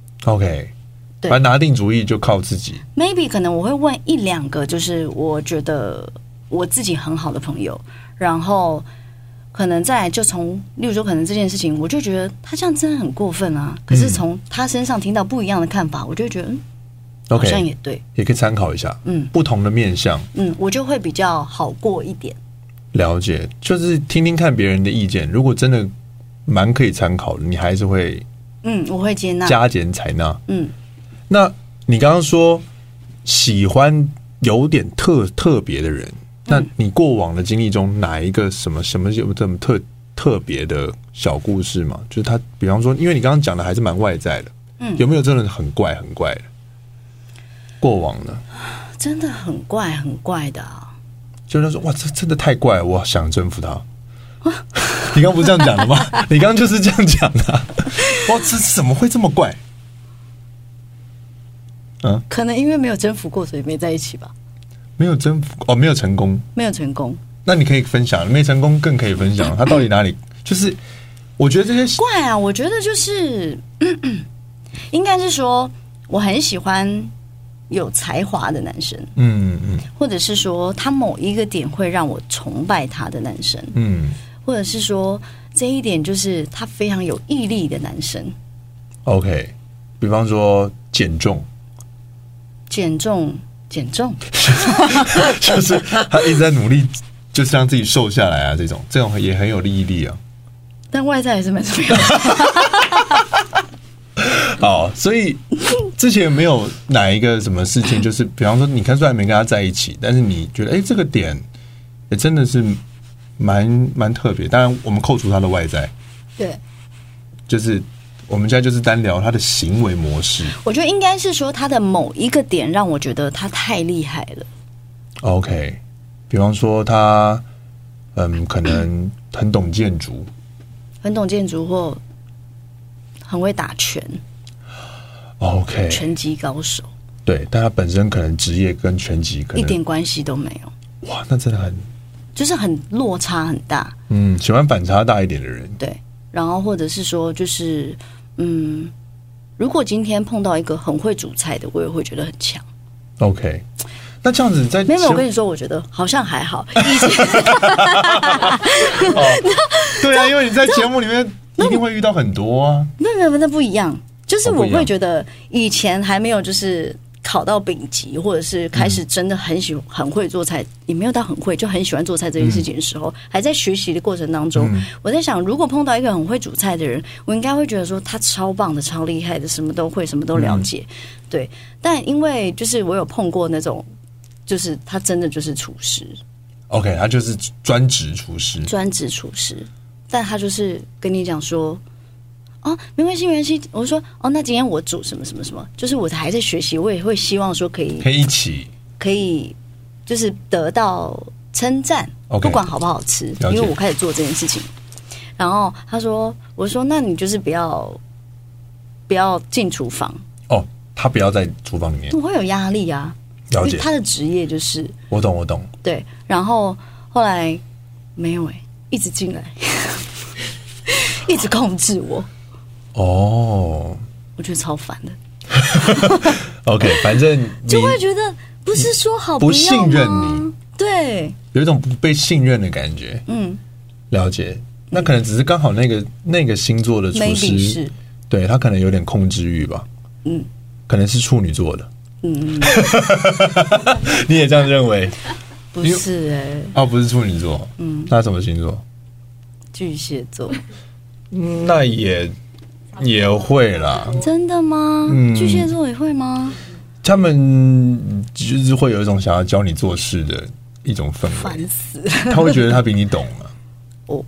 OK。反正拿定主意就靠自己。 Maybe 可能我会问一两个，就是我觉得我自己很好的朋友，然后可能再来就从，例如说可能这件事情，我就觉得他这样真的很过分啊。可是从他身上听到不一样的看法，我就觉得嗯， okay, 好像也对， 也可以参考一下，嗯，不同的面向， 嗯，我就会比较好过一点。 了解，就是听听看别人的意见，如果真的蛮可以参考的，你还是会， 嗯，我会接纳， 加减采纳， 嗯。 那你刚刚说喜欢有点特特别的人，那你过往的经历中哪一个什么什么有这么特特别的小故事吗？就是他，比方说，因为你刚刚讲的还是蛮外在的，嗯，有没有真的很怪很怪的过往呢？ 真的很怪很怪的啊！ 就是说，哇，这真的太怪了，我想征服他。你刚刚不是这样讲的吗？你刚刚就是这样讲的、啊。哇，这怎么会这么怪？ 嗯，可能因为没有征服过，所以没在一起吧。 没有征服哦，没有成功， 没有成功。 那你可以分享，没成功更可以分享。他到底哪里？就是我觉得这些怪啊，我觉得就是咳咳应该是说，我很喜欢有才华的男生，嗯嗯，或者是说他某一个点会让我崇拜他的男生，嗯，或者是说这一点就是他非常有毅力的男生。 OK， 比方说减重。 减重，减重， 就是他一直在努力，就是让自己瘦下来啊，这种这种也很有毅力啊。 但外在还是蛮重要的。 好，所以之前有没有哪一个什么事情，就是比方说，你看虽然没跟他在一起，但是你觉得，哎、欸，这个点也真的是蛮蛮特别。当然，我们扣除他的外在， 对， 就是。我们现在就是单聊他的行为模式。 我觉得应该是说他的某一个点让我觉得他太厉害了。 OK， 比方说他，嗯，可能很懂建筑， 很懂建筑或很会打拳。 OK， 拳击高手。 对，但他本身可能职业跟拳击可能一点关系都没有。 哇，那真的很， 就是很落差很大。 嗯，喜欢反差大一点的人。 对，然后或者是说就是。嗯，如果今天碰到一个很会煮菜的，我也会觉得很强。 OK， 那这样子在没有，我跟你说，我觉得好像还好。以前哦、对啊，因为你在节目里面一定会遇到很多啊。 没有没有，那不一样。就是我会觉得以前还没有就是考到丙级，或者是开始真的很喜欢很会做菜，也没有到很会，就很喜欢做菜这件事情的时候，嗯、还在学习的过程当中，嗯、我在想，如果碰到一个很会煮菜的人，我应该会觉得说他超棒的、超厉害的，什么都会，什么都了解。嗯、对，但因为就是我有碰过那种，就是他真的就是厨师 ，OK， 他就是专职厨师， 专职厨师，但他就是跟你讲说。哦，没关系，没关系。我说，哦，那今天我煮什么什么什么，就是我还在学习，我也会希望说可以， 可以一起， 可以就是得到称赞， okay, 不管好不好吃，因为我开始做这件事情。然后他说，我说，那你就是不要不要进厨房哦，他不要在厨房里面， 我会有压力啊。 了解， 因为他的职业就是我懂，我懂。 对，然后后来没有哎、欸，一直进来，一直控制我。 哦， 我觉得超烦的。 OK， 反正就会觉得不是说好不信任你， 对， 有一种不被信任的感觉。嗯，了解。那可能只是刚好那个那个星座的厨师，对他可能有点控制欲吧。嗯，可能是处女座的。嗯，你也这样认为？ 不是哎、欸， 哦，不是处女座。嗯，那什么星座？ 巨蟹座。 嗯，那也也会啦。 真的吗？嗯，巨蟹座也会吗？ 他们就是会有一种想要教你做事的一种氛围。 烦死了！ 他会觉得他比你懂啊。 哦。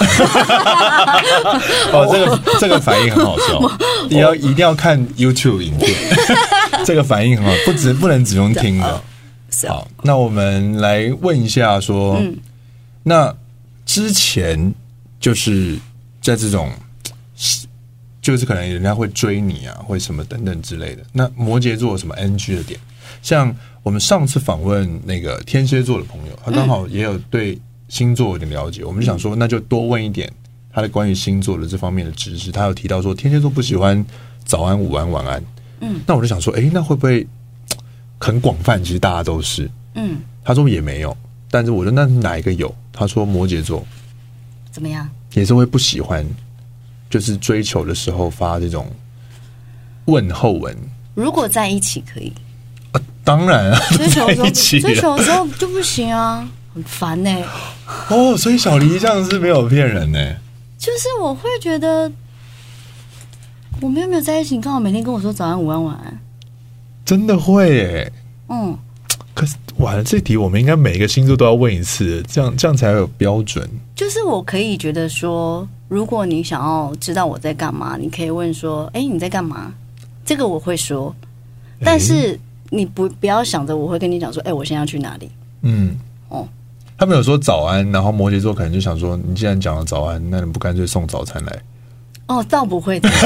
哦，这个这个反应很好笑，你要一定要看 YouTube 影片，这个反应很好，不只不能只用听的。好，那我们来问一下说，嗯、那之前就是在这种，就是可能人家会追你啊，或什么等等之类的。那摩羯座有什么 N G 的点？像我们上次访问那个天蝎座的朋友，他刚好也有对星座有点了解，我们就想说，那就多问一点他的关于星座的这方面的知识。他有提到说，天蝎座不喜欢早安、午安、晚安。嗯，那我就想说，哎，那会不会很广泛？其实大家都是。嗯，他说也没有，但是我说那哪一个有？他说摩羯座怎么样？也是会不喜欢，就是追求的时候发这种问候文。 如果在一起可以。 啊、当然啊， 追求的时候追求的时候就不行啊。很烦呢、欸， 哦，所以小黎这样是没有骗人呢、欸。 就是我会觉得，我们又没有在一起，你刚好每天跟我说早安、午安、晚安， 真的会耶、欸。 嗯， 可是完了，这题我们应该每个星座都要问一次，这样这样才有标准。 就是我可以觉得说，如果你想要知道我在干嘛，你可以问说：“哎、欸，你在干嘛？”这个我会说，但是你不不要想着我会跟你讲说：“哎、欸，我现在要去哪里？”嗯，哦。 他们有说早安，然后摩羯座可能就想说，你既然讲了早安，那你不干脆送早餐来？ 哦，倒不会的，这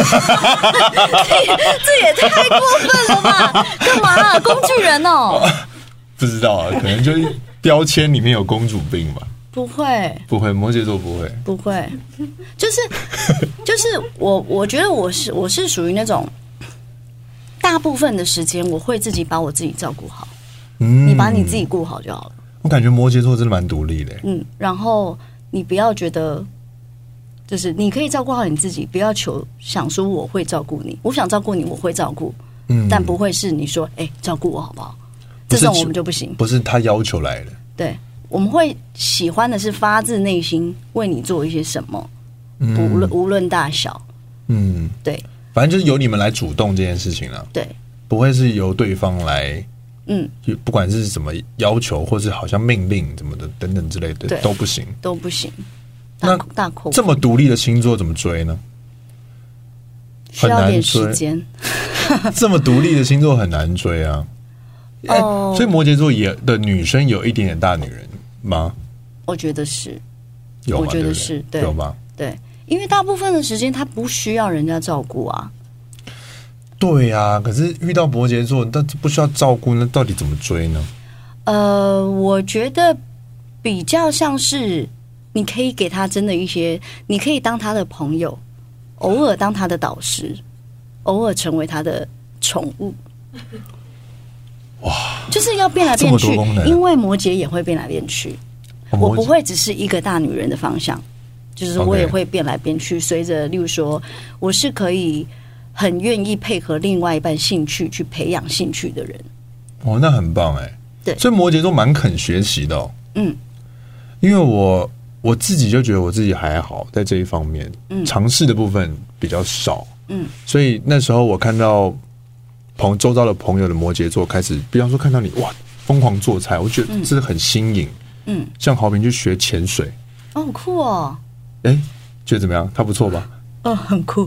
这也太过分了吧？干嘛、啊？工具人哦？ 不知道啊，可能就是标签里面有公主病吧？ 不会， 不会，摩羯座不会， 不会，就是就是我，我觉得我是我是属于那种大部分的时间我会自己把我自己照顾好，嗯，你把你自己顾好就好了。 我感觉摩羯座真的蛮独立的， 嗯，然后你不要觉得，就是你可以照顾好你自己，不要求想说我会照顾你，我想照顾你，我会照顾，嗯，但不会是你说，哎、欸，照顾我好不好？这种我们就不行， 不是他要求来的， 对，我们会喜欢的是发自内心为你做一些什么，嗯、无论无论大小，嗯，对， 反正就是由你们来主动这件事情了， 对， 不会是由对方来。嗯，不管是什么要求，或是好像命令什么的等等之类的，都不行， 都不行。 那大扣这么独立的星座怎么追呢？ 需要点时间。 这么独立的星座很难追啊。哦、欸，所以摩羯座也的女生有一点点大女人吗？ 我觉得是， 有， 我觉得是，对， 有吗？ 对，因为大部分的时间她不需要人家照顾啊。 对啊，可是遇到摩羯座，但不需要照顾，那到底怎么追呢？ 呃，我觉得比较像是你可以给他真的一些，你可以当他的朋友，偶尔当他的导师，偶尔成为他的宠物。 哇， 就是要变来变去，因为摩羯也会变来变去。哦、我不会只是一个大女人的方向，就是我也会变来变去，随着例如说，我是可以。很愿意配合另外一半兴趣去培养兴趣的人， 哦，那很棒哎。对，所以摩羯座蛮肯学习的哦。嗯，因为我我自己就觉得我自己还好，在这一方面，嗯，尝试的部分比较少，嗯，所以那时候我看到朋周遭的朋友的摩羯座开始，比方说看到你哇疯狂做菜，我觉得这是很新颖，嗯，像豪平去学潜水， 哦，好酷哦， 哎，觉得怎么样？他不错吧？ 哦，很酷，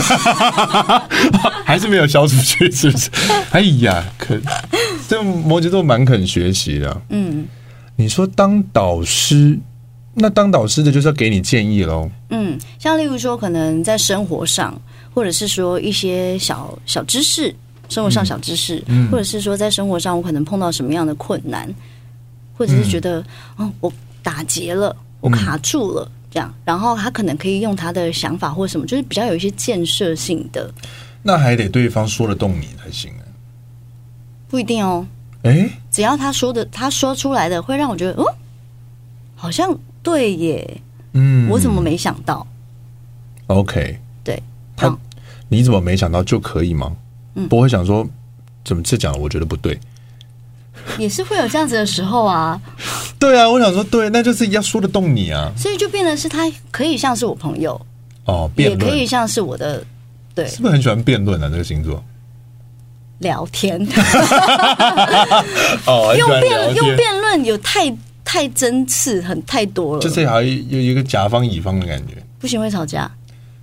还是没有消出去，是不是？哎呀，可这摩羯座蛮肯学习的。嗯，你说当导师，那当导师的就是要给你建议咯。 嗯，像例如说，可能在生活上，或者是说一些小小知识，生活上小知识，嗯、或者是说在生活上我可能碰到什么样的困难，或者是觉得，嗯、哦，我打结了，我卡住了。嗯这样，然后他可能可以用他的想法或什么，就是比较有一些建设性的那还得对方说得动你才行啊。 不一定哦。 哎， 只要他说的，他说出来的会让我觉得，哦，好像对耶。嗯，我怎么没想到 ？OK， 对， 他你怎么没想到就可以吗？嗯，不会想说怎么这讲我觉得不对， 也是会有这样子的时候啊。 对啊，我想说对，那就是要说得动你啊。 所以就变成是他可以像是我朋友哦，辩论也可以像是我的，对， 是不是很喜欢辩论啊？这个星座聊天， 哦， 用辩用辩论有太太针刺，很太多了， 就是好像有一个甲方乙方的感觉， 不行会吵架。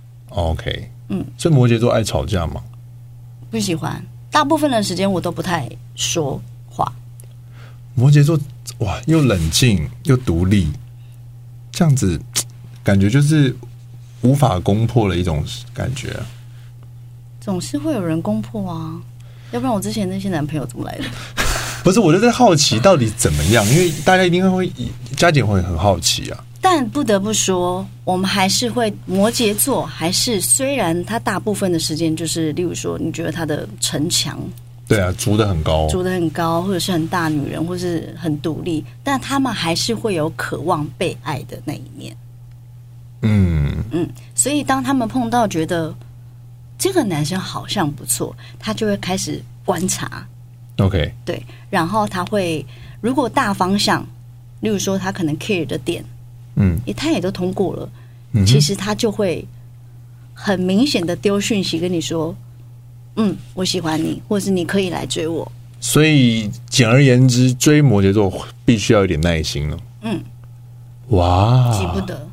OK， 嗯，所以摩羯座爱吵架吗？ 不喜欢，大部分的时间我都不太说话。 摩羯座哇，又冷静又独立，这样子感觉就是无法攻破的一种感觉啊。 总是会有人攻破啊，要不然我之前那些男朋友怎么来的？ 不是，我就在好奇到底怎么样，因为大家一定会，佳姐会很好奇啊。 但不得不说，我们还是会摩羯座，还是虽然他大部分的时间就是，例如说，你觉得他的城墙， 对啊，筑得很高， 筑得很高，或者是很大女人，或是很独立，但他们还是会有渴望被爱的那一面。嗯嗯，所以当他们碰到觉得这个男生好像不错，他就会开始观察。 OK， 对，然后他会如果大方向，例如说他可能 care 的点，嗯，他也都通过了，嗯，其实他就会很明显的丢讯息跟你说，嗯，我喜欢你，或者是你可以来追我。 所以简而言之，追摩羯座必须要有点耐心了。嗯，哇， 急不得。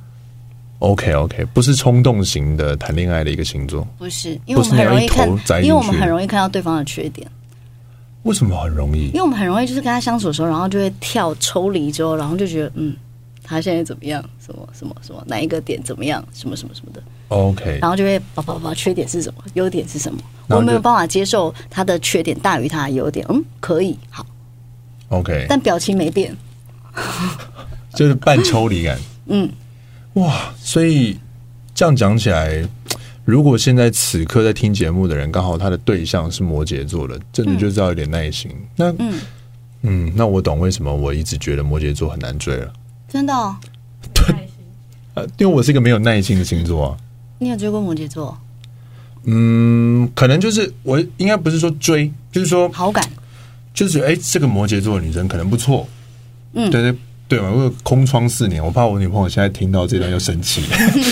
OK OK， 不是冲动型的谈恋爱的一个星座， 不是，因为我们很容易看，因为我们很容易看到对方的缺点。 为什么很容易？ 因为我们很容易就是跟他相处的时候，然后就会跳抽离之后，然后就觉得嗯，他现在怎么样？什么什么什么？哪一个点怎么样？什么什么什么的 ？OK， 然后就会叭叭叭，缺点是什么？优点是什么？我没有办法接受他的缺点大于他的优点。嗯，可以，好 ，OK， 但表情没变， 就是半抽离感。嗯，哇，所以这样讲起来。如果现在此刻在听节目的人，刚好他的对象是摩羯座的，真的就是要有点耐心。嗯、那嗯嗯，那我懂为什么我一直觉得摩羯座很难追了。 真的、哦？ 对，呃，因为我是一个没有耐心的星座啊。 你有追过摩羯座？ 嗯，可能就是我应该不是说追，就是说好感， 就是哎、欸，这个摩羯座的女生可能不错。嗯，对对。对嘛，我有空窗四年，我怕我女朋友现在听到这段又生气。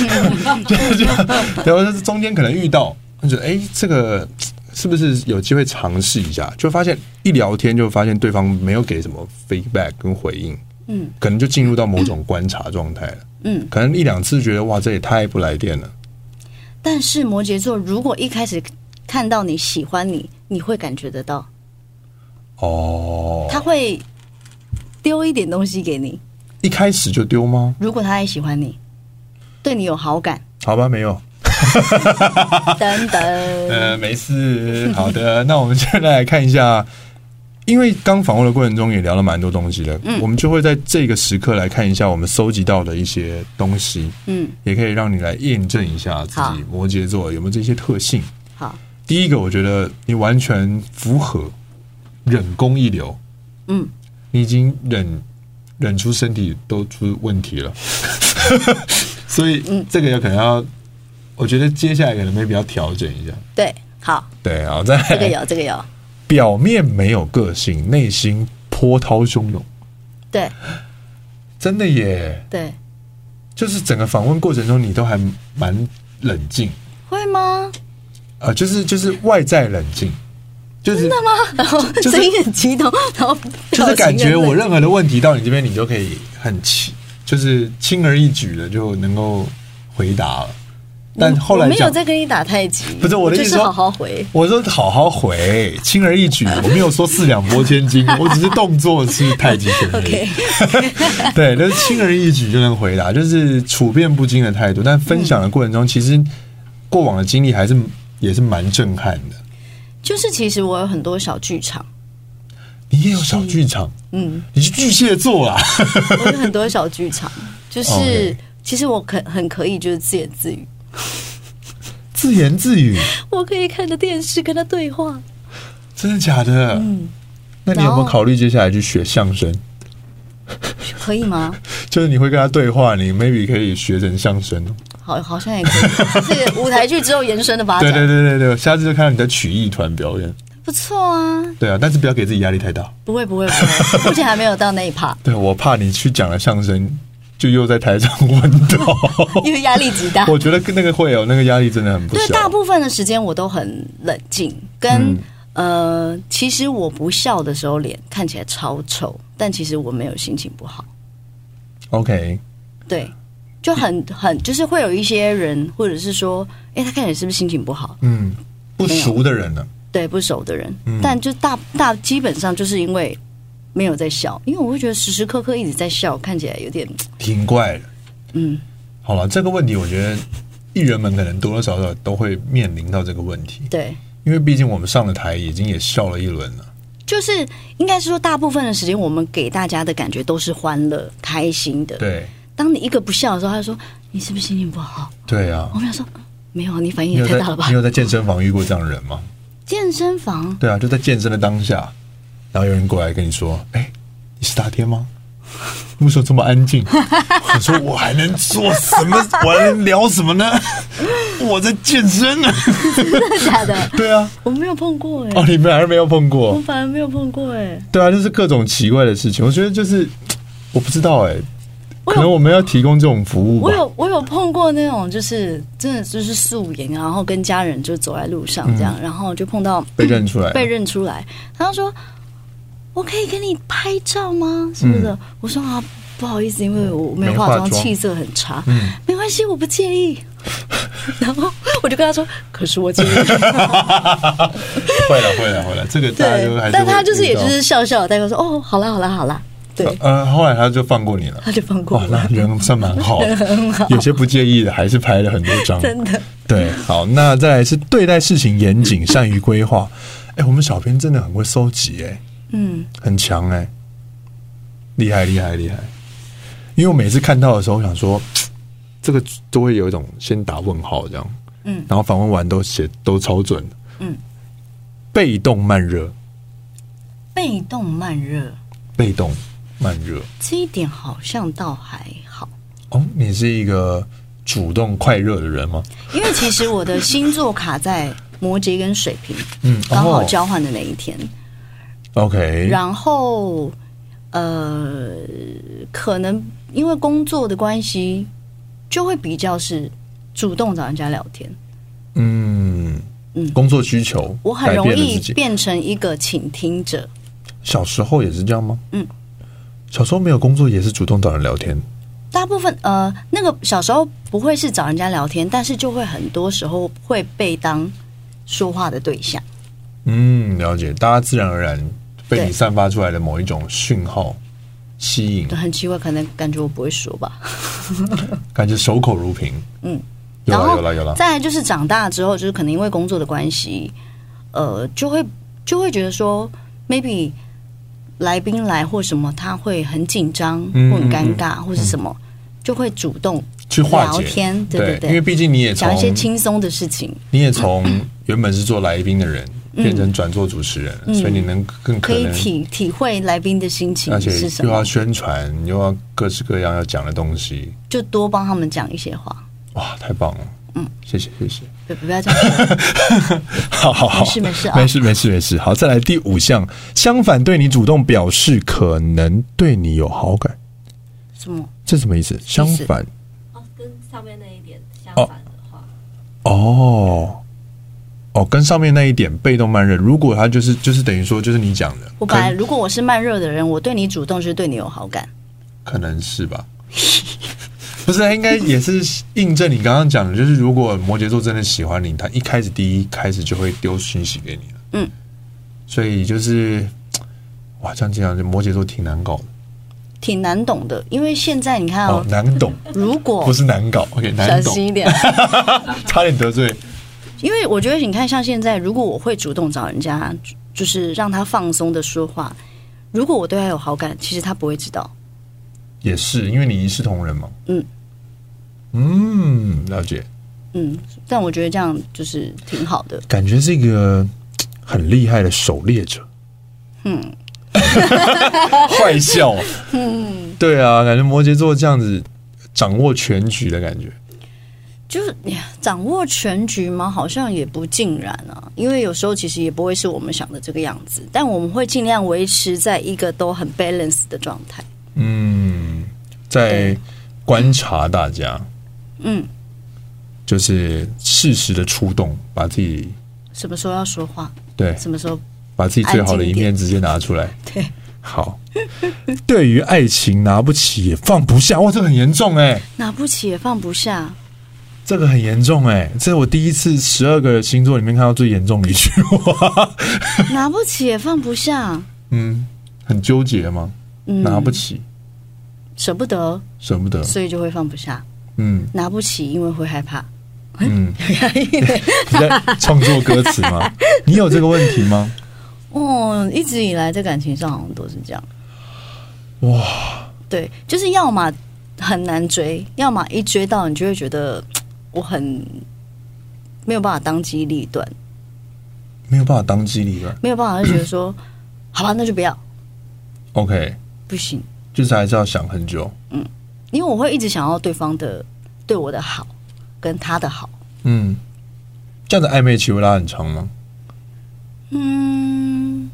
对，我中间可能遇到，就觉得哎，这个是不是有机会尝试一下？就发现一聊天就发现对方没有给什么 feedback 跟回应，嗯，可能就进入到某种观察状态了，嗯，可能一两次觉得哇，这也太不来电了。 但是摩羯座如果一开始看到你喜欢你，你会感觉得到，哦，他会。丢一点东西给你， 一开始就丢吗？ 如果他也喜欢你，对你有好感， 好吧，没有。 等等， 呃，没事，好的。那我们现在来看一下，因为刚访问的过程中也聊了蛮多东西的，嗯，我们就会在这个时刻来看一下我们搜集到的一些东西，嗯，也可以让你来验证一下自己摩羯座有没有这些特性。 好， 第一个，我觉得你完全符合忍功一流，嗯。你已经忍忍出身体都出问题了，所以这个有可能要，我觉得接下来可能maybe要调整一下。 对，好， 对，好，再来这个有，这个有。 表面没有个性，内心波涛汹涌。 对， 真的耶。 对， 就是整个访问过程中，你都还蛮冷静。 会吗？ 呃，就是就是外在冷静。就是真的吗？然后声音很激动，然后就是感觉我任何的问题到你这边，你就可以很轻，就是轻而易举的就能够回答了。但后来我没有在跟你打太极， 不是我的意思， 就是好好回。 我说好好回，轻而易举，我没有说四两拨千斤，我只是动作是太极拳而已。Okay. 对，就是轻而易举就能回答，就是处变不惊的态度。但分享的过程中，其实过往的经历还是也是蛮震撼的。 就是其实我有很多小剧场， 你也有小剧场，嗯，你是巨蟹座啦。 我有很多小剧场，就是、okay. 其实我可很可以就是自言自语， 自言自语， 我可以看着电视跟他对话。 真的假的？嗯，那你有没有考虑接下来去学相声？ 可以吗？ 就是你会跟他对话，你 maybe 可以学成相声。 好，好像也可以，是舞台剧之后延伸的发展。 对对对对对，下次就看到你在曲艺团表演， 不错啊。 对啊，但是不要给自己压力太大。 不会不会不会，目前还没有到那一趴。 对，我怕你去讲了相声，就又在台上昏倒， 因为压力极大。 我觉得那个会有那个压力真的很不小。 对，大部分的时间我都很冷静，跟、嗯、呃，其实我不笑的时候脸看起来超丑，但其实我没有心情不好。 OK， 对。就很很就是会有一些人，或者是说，哎，他看起来是不是心情不好？嗯， 不熟的人呢？ 对，不熟的人，嗯、但就大大基本上就是因为没有在笑，因为我会觉得时时刻刻一直在笑，看起来有点挺怪的。 嗯， 好了，这个问题我觉得艺人们可能多多少少都会面临到这个问题。 对， 因为毕竟我们上了台已经也笑了一轮了。 就是应该是说，大部分的时间我们给大家的感觉都是欢乐、开心的。 对。 当你一个不笑的时候，他就说：“你是不是心情不好？” 对啊， 我们想说：“没有，你反应也太大了吧？” 你有在健身房遇过这样的人吗？ 健身房？ 对啊，就在健身的当下，然后有人过来跟你说：“哎，你是大天吗？为什么这么安静？”我说：“我还能做什么？我还能聊什么呢？我在健身呢。” 真的假的？ 对啊， 我没有碰过哎、 欸。哦，你反而没有碰过？ 我反而没有碰过哎、欸。 对啊，就是各种奇怪的事情。我觉得就是我不知道哎、欸。可能我们要提供这种服务吧。 我有我有碰过那种，就是真的就是素颜，然后跟家人就走在路上这样，嗯、然后就碰到被认出来， 被认出来，然后说：“我可以跟你拍照吗？”什么的。嗯、我说啊，不好意思，因为我没有化妆，气色很差。嗯，没关系，我不介意。然后我就跟他说：“可是我介意。”会了会了会了，这个大家就还是， 但他就是也就是笑笑，大概说：“哦，好啦好啦好啦。”对， 呃，后来他就放过你了， 他就放过我了，那人算蛮好的， 人很好。 有些不介意的，还是拍了很多张， 真的。 对，好，那再来是对待事情严谨，善于规划。哎，我们小编真的很会收集，哎，嗯，很强，哎，厉害厉害厉害。因为我每次看到的时候，我想说，这个都会有一种先打问号这样，嗯，然后访问完都写都超准，嗯，被动慢热， 被动慢热。 被动慢热， 这一点好像倒还好哦。你是一个主动快热的人吗？ 因为其实我的星座卡在摩羯跟水瓶，嗯，刚好交换的那一天。 OK， 然后呃，可能因为工作的关系，就会比较是主动找人家聊天。 嗯嗯，工作需求， 我很容易变成一个倾听者。 小时候也是这样吗？嗯，小时候没有工作也是主动找人聊天。 大部分呃，那个小时候不会是找人家聊天，但是就会很多时候会被当说话的对象。 嗯，了解，大家自然而然被你散发出来的某一种讯号吸引。 很奇怪，可能感觉我不会说吧， 感觉守口如瓶。嗯，有了有了有了。 再来就是长大之后，就是可能因为工作的关系，呃，就会就会觉得说 ，maybe。来宾来或什么，他会很紧张或很尴尬，或是什么，就会主动去化解聊天，对对对， 因为毕竟你也讲一些轻松的事情， 你也从原本是做来宾的人变成转做主持人，所以你能更可能可以体体会来宾的心情是什么， 又要宣传，又要各式各样要讲的东西， 就多帮他们讲一些话。 哇，太棒了！嗯，谢谢谢谢， 不不要这样， 好好好， 没事没事啊， 没事没事没事。好，再来第五项，相反对你主动表示可能对你有好感， 什么？ 这什么意思？相反哦，跟上面那一点相反的话， 哦哦，跟上面那一点被动慢热，如果他就是就是等于说就是你讲的， 我本来如果我是慢热的人，我对你主动就是对你有好感， 可能是吧。不是，应该也是印证你刚刚讲的，就是如果摩羯座真的喜欢你，他一开始第一开始就会丢讯息给你了。嗯，所以就是哇，这样讲，摩羯座挺难搞的， 挺难懂的。因为现在你看哦， 哦难懂。 如果不是难搞 ，OK， 难懂， 小心一点， 差点得罪。 因为我觉得你看，像现在，如果我会主动找人家，就是让他放松的说话，如果我对他有好感，其实他不会知道。 也是，因为你一视同仁嘛。 嗯嗯，了解。 嗯，但我觉得这样就是挺好的， 感觉是一个很厉害的狩猎者。嗯，坏笑。嗯，对啊，感觉摩羯座这样子掌握全局的感觉。 就是掌握全局吗？好像也不尽然啊，因为有时候其实也不会是我们想的这个样子，但我们会尽量维持在一个都很 balance 的状态。嗯， 在观察大家， 嗯， 就是适时的出动，把自己什么时候要说话， 对， 什么时候把自己最好的一面直接拿出来。 对， 好。对于爱情拿不起也放不下，哇，这很严重哎、欸！ 拿不起也放不下。 这个很严重哎、欸，这是我第一次十二个星座里面看到最严重的一句话。 拿不起也放不下， 嗯，很纠结吗？嗯，拿不起， 舍不得， 舍不得， 所以就会放不下。 嗯， 拿不起，因为会害怕。 嗯，你在创作歌词吗？你有这个问题吗？ 哦，一直以来在感情上好像都是这样。 哇， 对，就是要么很难追，要么一追到你就会觉得。我很没有办法当机立断， 没有办法当机立断， 没有办法就觉得说，好吧，那就不要。 OK， 不行， 就是还是要想很久。 嗯，因为我会一直想要对方的对我的好，跟他的好。 嗯，这样的暧昧期会拉很长吗？ 嗯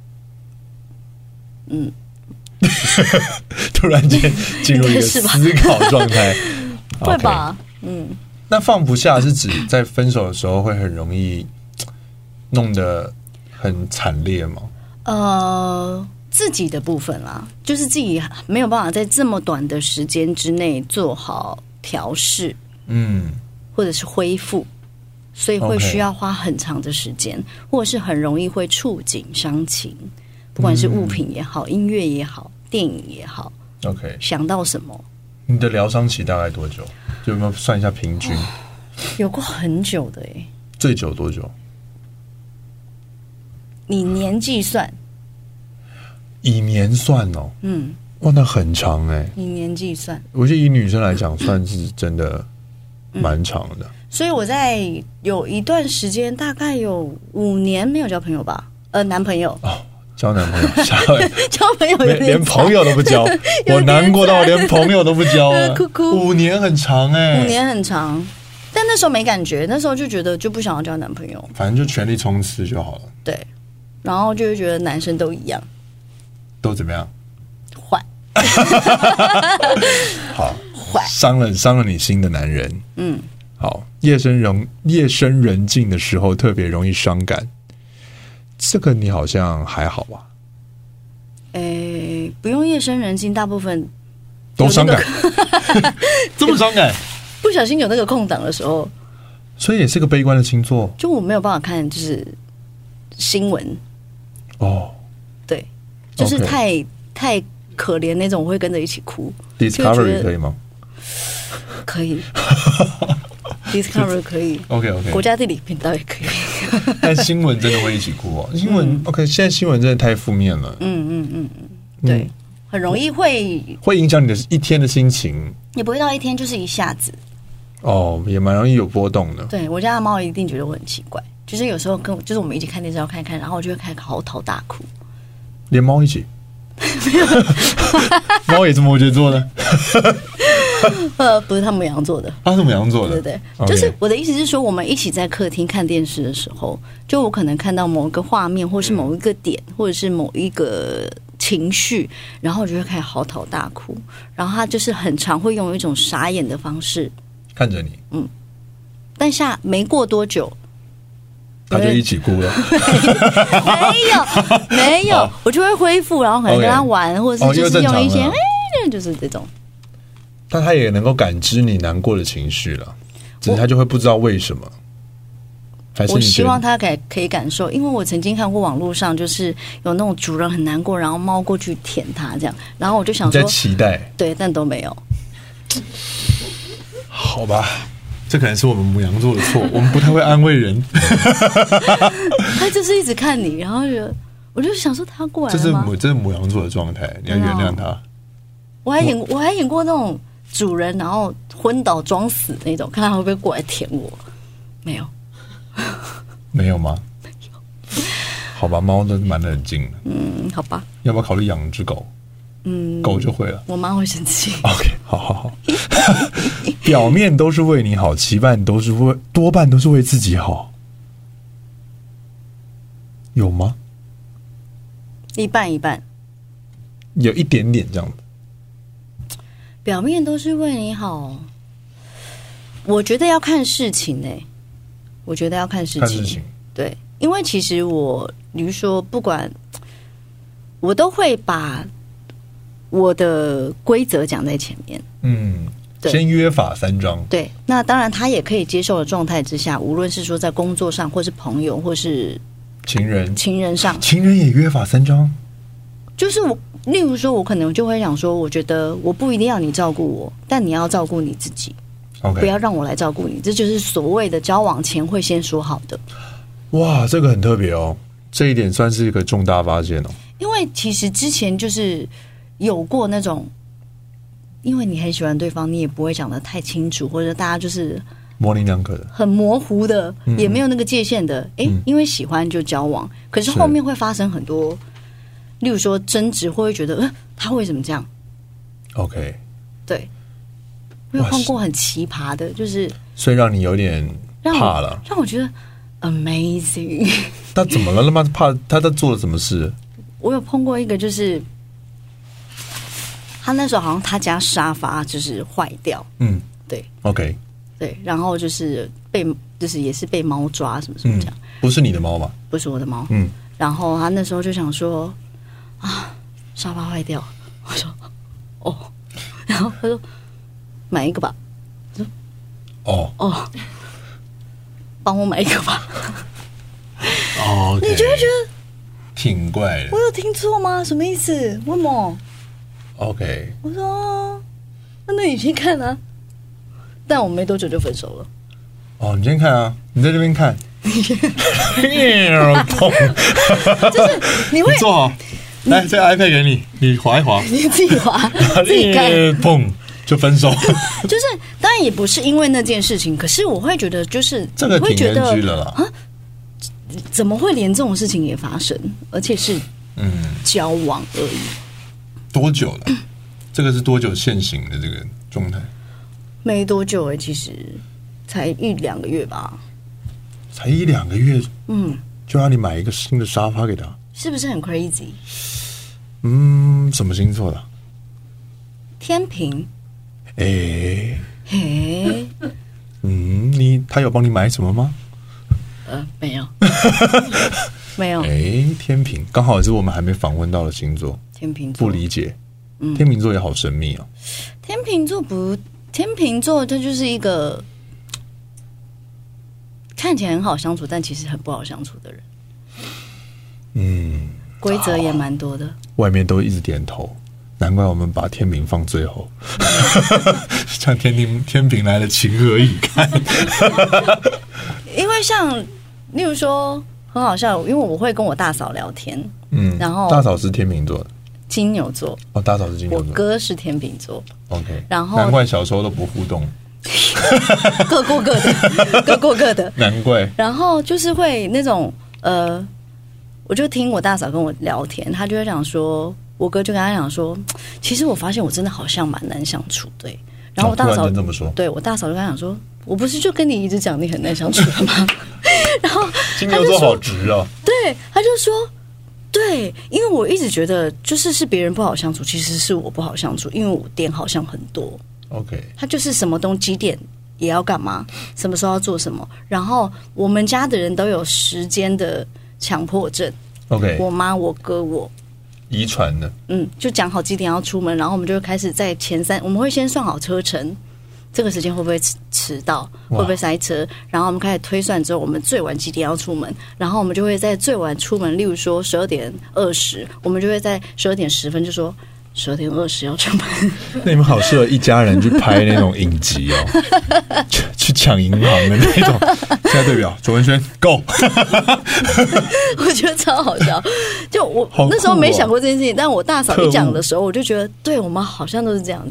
嗯， 突然间进入一个思考状态， 会吧？嗯， 那放不下是指在分手的时候会很容易弄得很惨烈吗？ 呃，自己的部分啦，就是自己没有办法在这么短的时间之内做好调试，嗯，或者是恢复，所以会需要花很长的时间，或者是很容易会触景伤情，不管是物品也好，音乐也好，电影也好 ，OK， 想到什么。 你的疗伤期大概多久？就有没有算一下平均？ 有过很久的耶。 最久多久？ 以年计算。 以年算哦。嗯。哇，那很长哎。 以年计算。 我觉得以女生来讲，算是真的蛮长的、嗯。 所以我在有一段时间，大概有五年没有交朋友吧，呃，男朋友。哦。 交男朋友， 交朋友连连朋友都不交，我难过到连朋友都不交了。 哭哭， 五年很长哎、欸， 五年很长，但那时候没感觉，那时候就觉得就不想要交男朋友， 反正就全力冲刺就好了。 对，然后就会觉得男生都一样， 都怎么样？ 坏， 好，坏，伤了伤了你心的男人。嗯，好，夜深人夜深人静的时候特别容易伤感。这个你好像还好吧？ 诶，不用夜深人静，大部分都伤感，这么伤感， 不小心有那个空档的时候， 所以也是个悲观的星座。 就我没有办法看，就是新闻哦， 对，就是太、okay. 太可怜那种，我会跟着一起哭。 Discovery 可以吗？ 可以。Discovery 可以 ，OK OK， 国家地理频道也可以， 但新闻真的会一起哭哦。新闻、嗯、OK， 现在新闻真的太负面了， 嗯嗯嗯嗯，对，嗯、很容易会会影响你的一天的心情， 也不会到一天，就是一下子， 哦，也蛮容易有波动的。 对我家的猫一定觉得我很奇怪，就是有时候跟就是我们一起看电视要看一看，然后我就会开始嚎啕大哭， 连猫一起，猫也是摩羯座的。 呃，不是他母羊座的， 他是母羊座的， 对对对， okay. 就是我的意思是说，我们一起在客厅看电视的时候，就我可能看到某一个画面，或是某一个点，嗯、或者是某一个情绪，然后我就会开始嚎啕大哭，然后他就是很常会用一种傻眼的方式看着你， 嗯，但下没过多久， 他就一起哭了， 没有没有，我就会恢复，然后可能跟他玩， okay. 或者是就是用一些，哎、哦，就是这种。 但他也能够感知你难过的情绪了，只是他就会不知道为什么。还是你我希望他可以可以感受，因为我曾经看过网络上，就是有那种主人很难过，然后猫过去舔他这样，然后我就想说， 你在期待， 对，但都没有。 好吧，这可能是我们牡羊座的错，我们不太会安慰人。 他就是一直看你，然后就我就想说他过来了吗？ 这是母这是牡羊座的状态，你要原谅他。 我还演我还演过那种主人然后昏倒装死那种，看他会不会过来舔我。没有， 没有吗？ 没有。 好吧，猫都蛮冷静的。 嗯，好吧。 要不要考虑养只狗？嗯，狗就会了。 我妈会生气。 OK， 好好好。表面都是为你好，期半都是为多半都是为自己好，有吗？ 一半一半， 有一点点这样子。 表面都是为你好，我觉得要看事情哎、欸，我觉得要看事情。 看事情， 对，因为其实我，比如说，不管我都会把我的规则讲在前面。 嗯，先约法三章。 对，那当然他也可以接受的状态之下，无论是说在工作上，或是朋友，或是情人， 情人上， 情人也约法三章。 就是我，例如说，我可能就会想说，我觉得我不一定要你照顾我，但你要照顾你自己。 OK， 不要让我来照顾你，这就是所谓的交往前会先说好的。 哇，这个很特别哦，这一点算是一个重大发现哦。 因为其实之前就是有过那种，因为你很喜欢对方，你也不会讲得太清楚，或者大家就是模棱两可的， 很模糊的， 嗯、 也没有那个界限的。哎、嗯，因为喜欢就交往，可是后面会发生很多，例如说争执，或会觉得，呃，他为什么这样 ？OK， 对。我有碰过很奇葩的，就是所以让你有点怕了， 让我觉得 amazing。 他怎么了？他妈怕他在做了什么事？ 我有碰过一个，就是他那时候好像他家沙发就是坏掉，嗯，对 ，OK， 对，然后就是被就是也是被猫抓什么什么这样、嗯， 不是你的猫吧？ 不是我的猫， 嗯， 然后他那时候就想说啊，沙发坏掉，我说哦，然后他说。买一个吧，我说哦哦，帮我买一个吧。 哦， okay, 你就会觉得挺怪的。 我有听错吗？什么意思？为什么 ？OK， 我说那那你先看啊。但我没多久就分手了。 哦，你先看啊，你在这边看。 就是你会你坐好，来，这个 iPad 给你，你滑一滑， 你自己滑，自己看， 砰。就分手， 就是当然也不是因为那件事情，可是我会觉得就是这个挺觉得 N G 了啦啊， 怎么会连这种事情也发生，而且是嗯交往而已？ 多久了？这个是多久现行的这个状态？ 没多久哎、欸，其实才一两个月吧， 才一两个月， 嗯， 就让你买一个新的沙发给他， 是不是很 crazy？ 嗯，什么星座的？ 天秤。 哎、欸， 嘿， 嗯，你他有帮你买什么吗？ 呃，没有，没有。 哎、欸，天秤刚好也是我们还没访问到的星座。 天秤座不理解，嗯，天秤座也好神秘哦。 天秤座不，天秤座它就是一个看起来很好相处，但其实很不好相处的人。嗯，规则也蛮多的， 外面都一直点头。难怪我们把天秤放最后，像天平天平来了，情何以堪？ 因为像例如说很好笑，因为我会跟我大嫂聊天，嗯，然后大嫂是天秤座的， 金牛座哦，大嫂是金牛座， 我哥是天秤座 ，OK， 然后难怪小时候都不互动， 各过各的，各过各的， 难怪。 然后就是会那种呃，我就听我大嫂跟我聊天，她就会讲说。我哥就跟他讲说，其实我发现我真的好像蛮难相处，对。然后我大嫂、 哦、这么说， 对我大嫂就跟他讲说，我不是就跟你一直讲你很难相处了吗？然后金牛座好直哦， 对，他就说，对，因为我一直觉得就是是别人不好相处，其实是我不好相处，因为我点好像很多。 OK， 他就是什么东几点也要干嘛，什么时候要做什么，然后我们家的人都有时间的强迫症。 OK， 我妈、我哥、我。 遗传的， 嗯，就讲好几点要出门，然后我们就会开始在前三，我们会先算好车程，这个时间会不会迟到，会不会塞车，然后我们开始推算之后，我们最晚几点要出门，然后我们就会在最晚出门，例如说十二点二十，我们就会在十二点十分就说十二点二十要出门。 那你们好适合一家人去拍那种影集哦，去去抢银行的那种。现在对表左文轩 ，Go！ 我觉得超好笑，就我、 哦、 那时候没想过这件事情，但我大嫂一讲的时候，我就觉得，对我们好像都是这样子，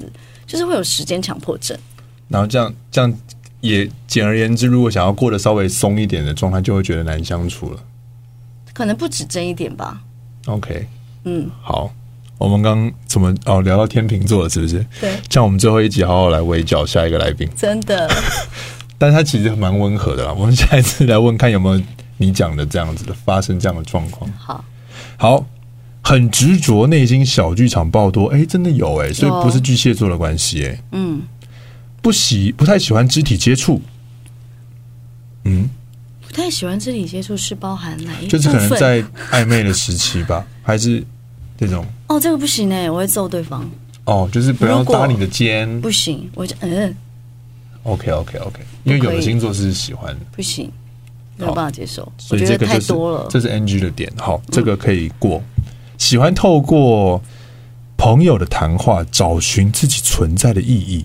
就是会有时间强迫症。 然后这样这样也简而言之，如果想要过得稍微松一点的状态，就会觉得难相处了。 可能不止这一点吧。 OK， 嗯， 好，我们刚怎么哦聊到天秤座了，是不是？ 对， 像我们最后一集好好来围剿下一个来宾， 真的。 但他其实蛮温和的啦。我们下一次来问看有没有你讲的这样子的发生这样的状况。 好， 好，很执着，内心小剧场爆多，哎，真的有哎，所以不是巨蟹座的关系哎。 嗯， 不喜不太喜欢肢体接触，嗯， 不太喜欢肢体接触是包含哪一部分？ 就是可能在暧昧的时期吧，还是这种？ 哦，这个不行哎，我会揍对方。 哦，就是不要搭你的肩， 不行，我就嗯。 OK OK OK， 因为有的星座是喜欢， 不行，没有办法接受， 所以这个太多了， 这是 N G 的点。好，这个可以过。嗯、喜欢透过朋友的谈话找寻自己存在的意义。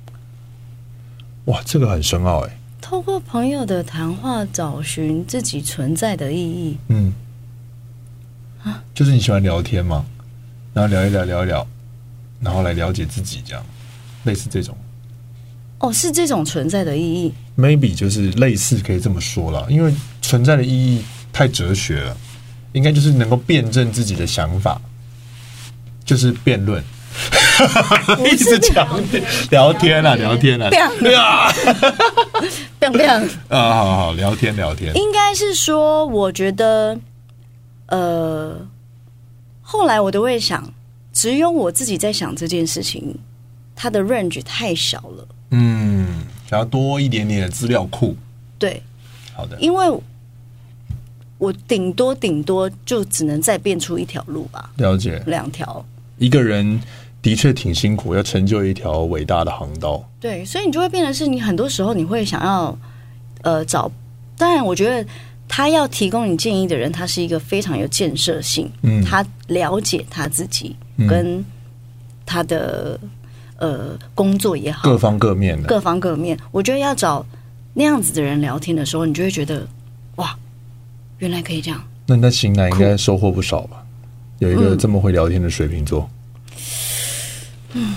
哇，这个很深奥哎。 透过朋友的谈话找寻自己存在的意义， 嗯，啊，就是你喜欢聊天嘛，然后聊一聊，聊一聊，然后来了解自己，这样，类似这种。 哦，是这种存在的意义 ，maybe 就是类似可以这么说啦，因为存在的意义太哲学了，应该就是能够辩证自己的想法，就是辩论，一直讲聊天啊，聊天啊，对啊， 亮亮啊，好好聊天聊天， 应该是说，我觉得，呃，后来我都会想，只有我自己在想这件事情，它的 range 太小了。 嗯，想要多一点点的资料库。 对， 好的， 因为我顶多顶多就只能再变出一条路吧。 了解， 两条。 一个人的确挺辛苦，要成就一条伟大的航道。 对，所以你就会变成是你很多时候你会想要呃找，当然我觉得他要提供你建议的人，他是一个非常有建设性，嗯，他了解他自己跟他的。呃，工作也好， 各方各面的， 各方各面。我觉得要找那样子的人聊天的时候，你就会觉得，哇，原来可以这样。 那那型男应该收获不少吧？有一个这么会聊天的水瓶座，嗯，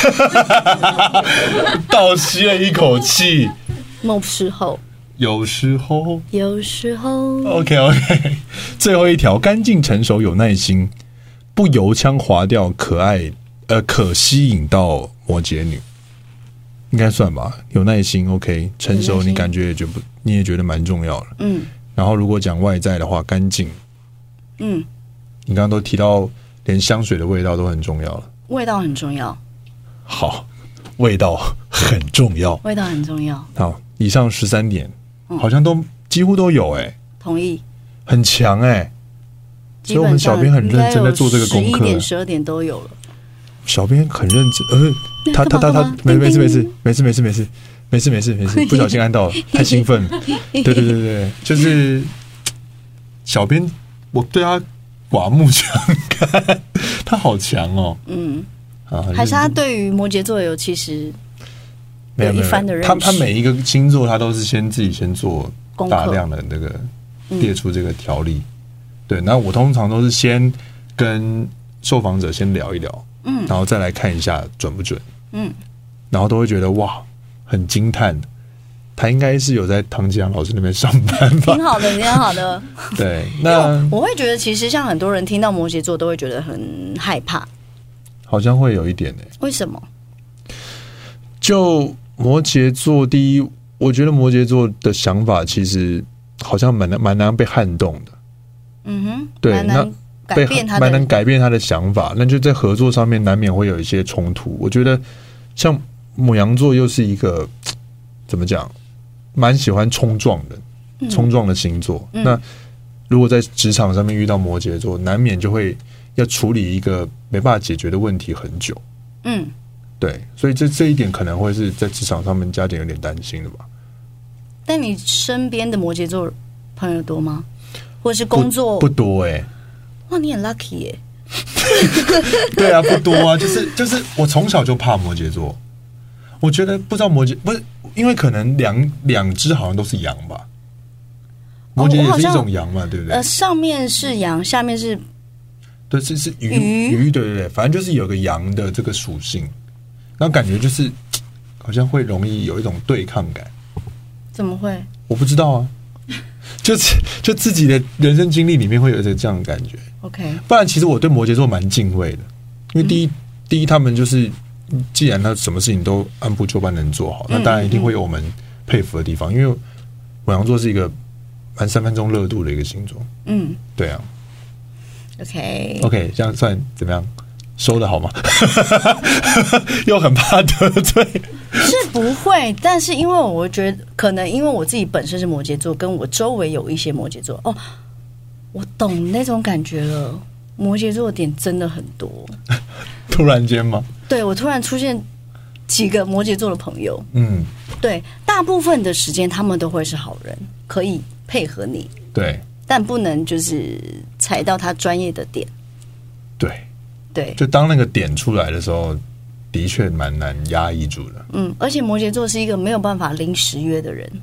倒吸了一口气。 某时候， 有时候， 有时候 ，OK OK。最后一条，干净、成熟、有耐心，不油腔滑调，可爱。呃，可吸引到摩羯女，应该算吧。有耐心 ，OK， 成熟，你感觉也觉不，你也觉得蛮重要的。嗯。然后，如果讲外在的话，干净。嗯。你刚刚都提到，连香水的味道都很重要了。 味道很重要。 好，味道很重要。 味道很重要。 好，以上十三点，嗯、好像都几乎都有哎、欸。 同意。 很强哎、欸。所以我们小编很认真在做这个功课。 十一点、十二点都有了。 小编很认真，呃，他他他他没没事没事没事没事没事没事没事没事，不小心按到了，太兴奋了。对对对对，就是小编，我对他刮目相看，他好强哦。嗯，啊， 还是他对于摩羯座有其实有一番的认识。 他他每一个星座，他都是先自己先做大量的那个列出这个条例。对，那我通常都是先跟受访者先聊一聊。嗯，然后再来看一下准不准，嗯，然后都会觉得哇，很惊叹，他应该是有在唐吉阳老师那边上班吧？ 挺好的，挺好的。 对，那我会觉得其实像很多人听到摩羯座都会觉得很害怕， 好像会有一点诶、欸。 为什么？ 就摩羯座，第一，我觉得摩羯座的想法其实好像蛮难蛮难被撼动的。嗯哼，对，那。 改变他的蛮能改变他的想法，那就在合作上面难免会有一些冲突。我觉得像牡羊座又是一个怎么讲，蛮喜欢冲撞的，冲撞的星座。嗯、那如果在职场上面遇到摩羯座，难免就会要处理一个没办法解决的问题很久。嗯，对，所以这这一点可能会是在职场上面家庭有点担心的吧。 但你身边的摩羯座朋友多吗？或者是工作不, 不多哎、欸。 哇，你很 lucky 耶、 欸！对啊，不多啊，就是就是，我从小就怕摩羯座。我觉得不知道摩羯不是因为可能两两只好像都是羊吧，摩羯也是一种羊嘛，对不对？ 呃，上面是羊，下面是对，是是鱼鱼，对对对，反正就是有个羊的这个属性。 然后感觉就是好像会容易有一种对抗感。 怎么会？ 我不知道啊，就是就自己的人生经历里面会有一个这样的感觉。 OK， 不然其实我对摩羯座蛮敬畏的，因为第一、嗯、第一他们就是既然他什么事情都按部就班能做好，那当然一定会有我们佩服的地方。嗯嗯、因为牡羊座是一个蛮三分钟热度的一个星座。嗯，对啊。 OK OK， 这样算怎么样？收得好吗？又很怕得罪。 是不会，但是因为我觉得可能因为我自己本身是摩羯座，跟我周围有一些摩羯座，哦，我懂那种感觉了。摩羯座的点真的很多。 突然间吗？ 对，我突然出现几个摩羯座的朋友。 嗯， 对，大部分的时间他们都会是好人，可以配合你。 对， 但不能就是踩到他专业的点。 对。 对， 就当那个点出来的时候，的确蛮难压抑住的。 嗯，而且摩羯座是一个没有办法临时约的人。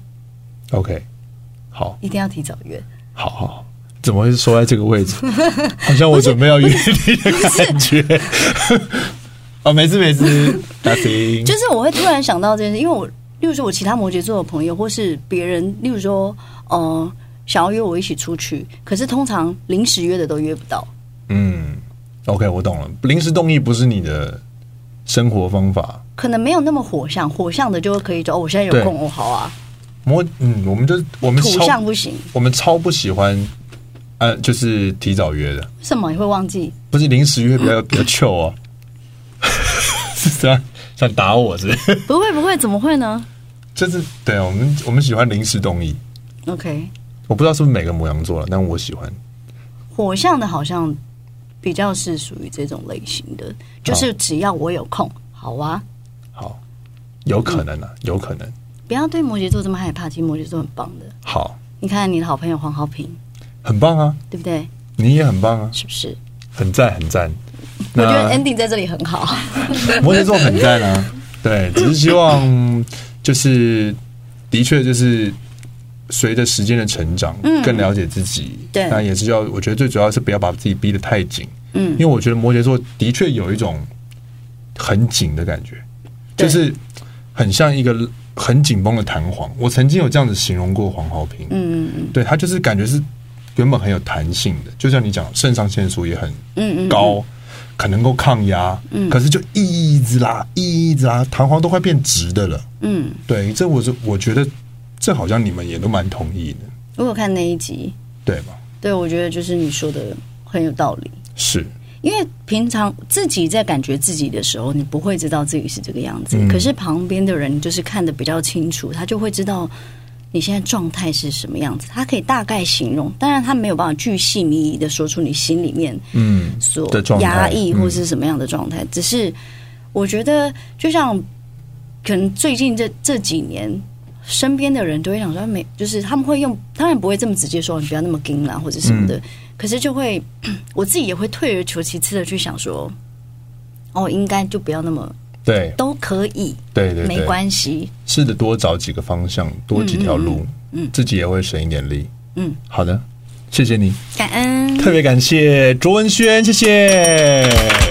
OK， 好， 一定要提早约。 好好好，怎么会说在这个位置？好像我准备要约你的感觉。哦，没事没事 ，nothing。 就是我会突然想到这件事，因为我，例如说我其他摩羯座的朋友，或是别人，例如说，呃，想要约我一起出去，可是通常临时约的都约不到。 嗯。OK， 我懂了。临时动议不是你的生活方法， 可能没有那么火象，火象的就可以说哦，我现在有空哦，好啊。 摩嗯，我们就我们土象不行， 我们超不喜欢，呃，就是提早约的。 什么你会忘记？ 不是临时约比较比较糗啊，是这样想打我是不是？ 不会不会，怎么会呢？ 就是对我们我们喜欢临时动议。 OK， 我不知道是不是每个摩羊座了，但我喜欢火象的，好像。比较是属于这种类型的，就是只要我有空，好啊， 好，有可能啊，嗯、有可能。 不要对摩羯座这么害怕，其实摩羯座很棒的。 好， 你看你的好朋友黄豪平， 很棒啊， 对不对？ 你也很棒啊， 是不是？ 很赞，很赞。 我觉得 ending 在这里很好。 摩羯座很赞啊，对，只是希望就是的确就是。随着时间的成长，更了解自己。对，那也是要，我觉得最主要是不要把自己逼得太紧。嗯，因为我觉得摩羯座的确有一种很紧的感觉，就是很像一个很紧绷的弹簧。我曾经有这样子形容过黄豪平。嗯嗯嗯，对他就是感觉是原本很有弹性的，就像你讲，肾上腺素也很高，嗯嗯嗯可能够抗压。嗯，可是就一直拉，一直拉，弹簧都快变直的了。嗯，对，这我是我觉得。这好像你们也都蛮同意的。 我有看那一集， 对吧？ 对，我觉得就是你说的很有道理。 是因为平常自己在感觉自己的时候，你不会知道自己是这个样子，嗯、可是旁边的人就是看得比较清楚，他就会知道你现在状态是什么样子。他可以大概形容，当然他没有办法巨细靡遗的说出你心里面嗯所压抑或是什么样的状态。嗯、只是我觉得，就像可能最近这这几年。身边的人都会想说，没就是他们会用，当然不会这么直接说你不要那么硬啦或者什么的，嗯、可是就会我自己也会退而求其次的去想说，哦，应该就不要那么对， 都可以， 对 对, 对， 没关系， 试着多找几个方向，多几条路，嗯，嗯自己也会省一点力，嗯，好的，谢谢你， 感恩， 特别感谢卓文萱，谢谢。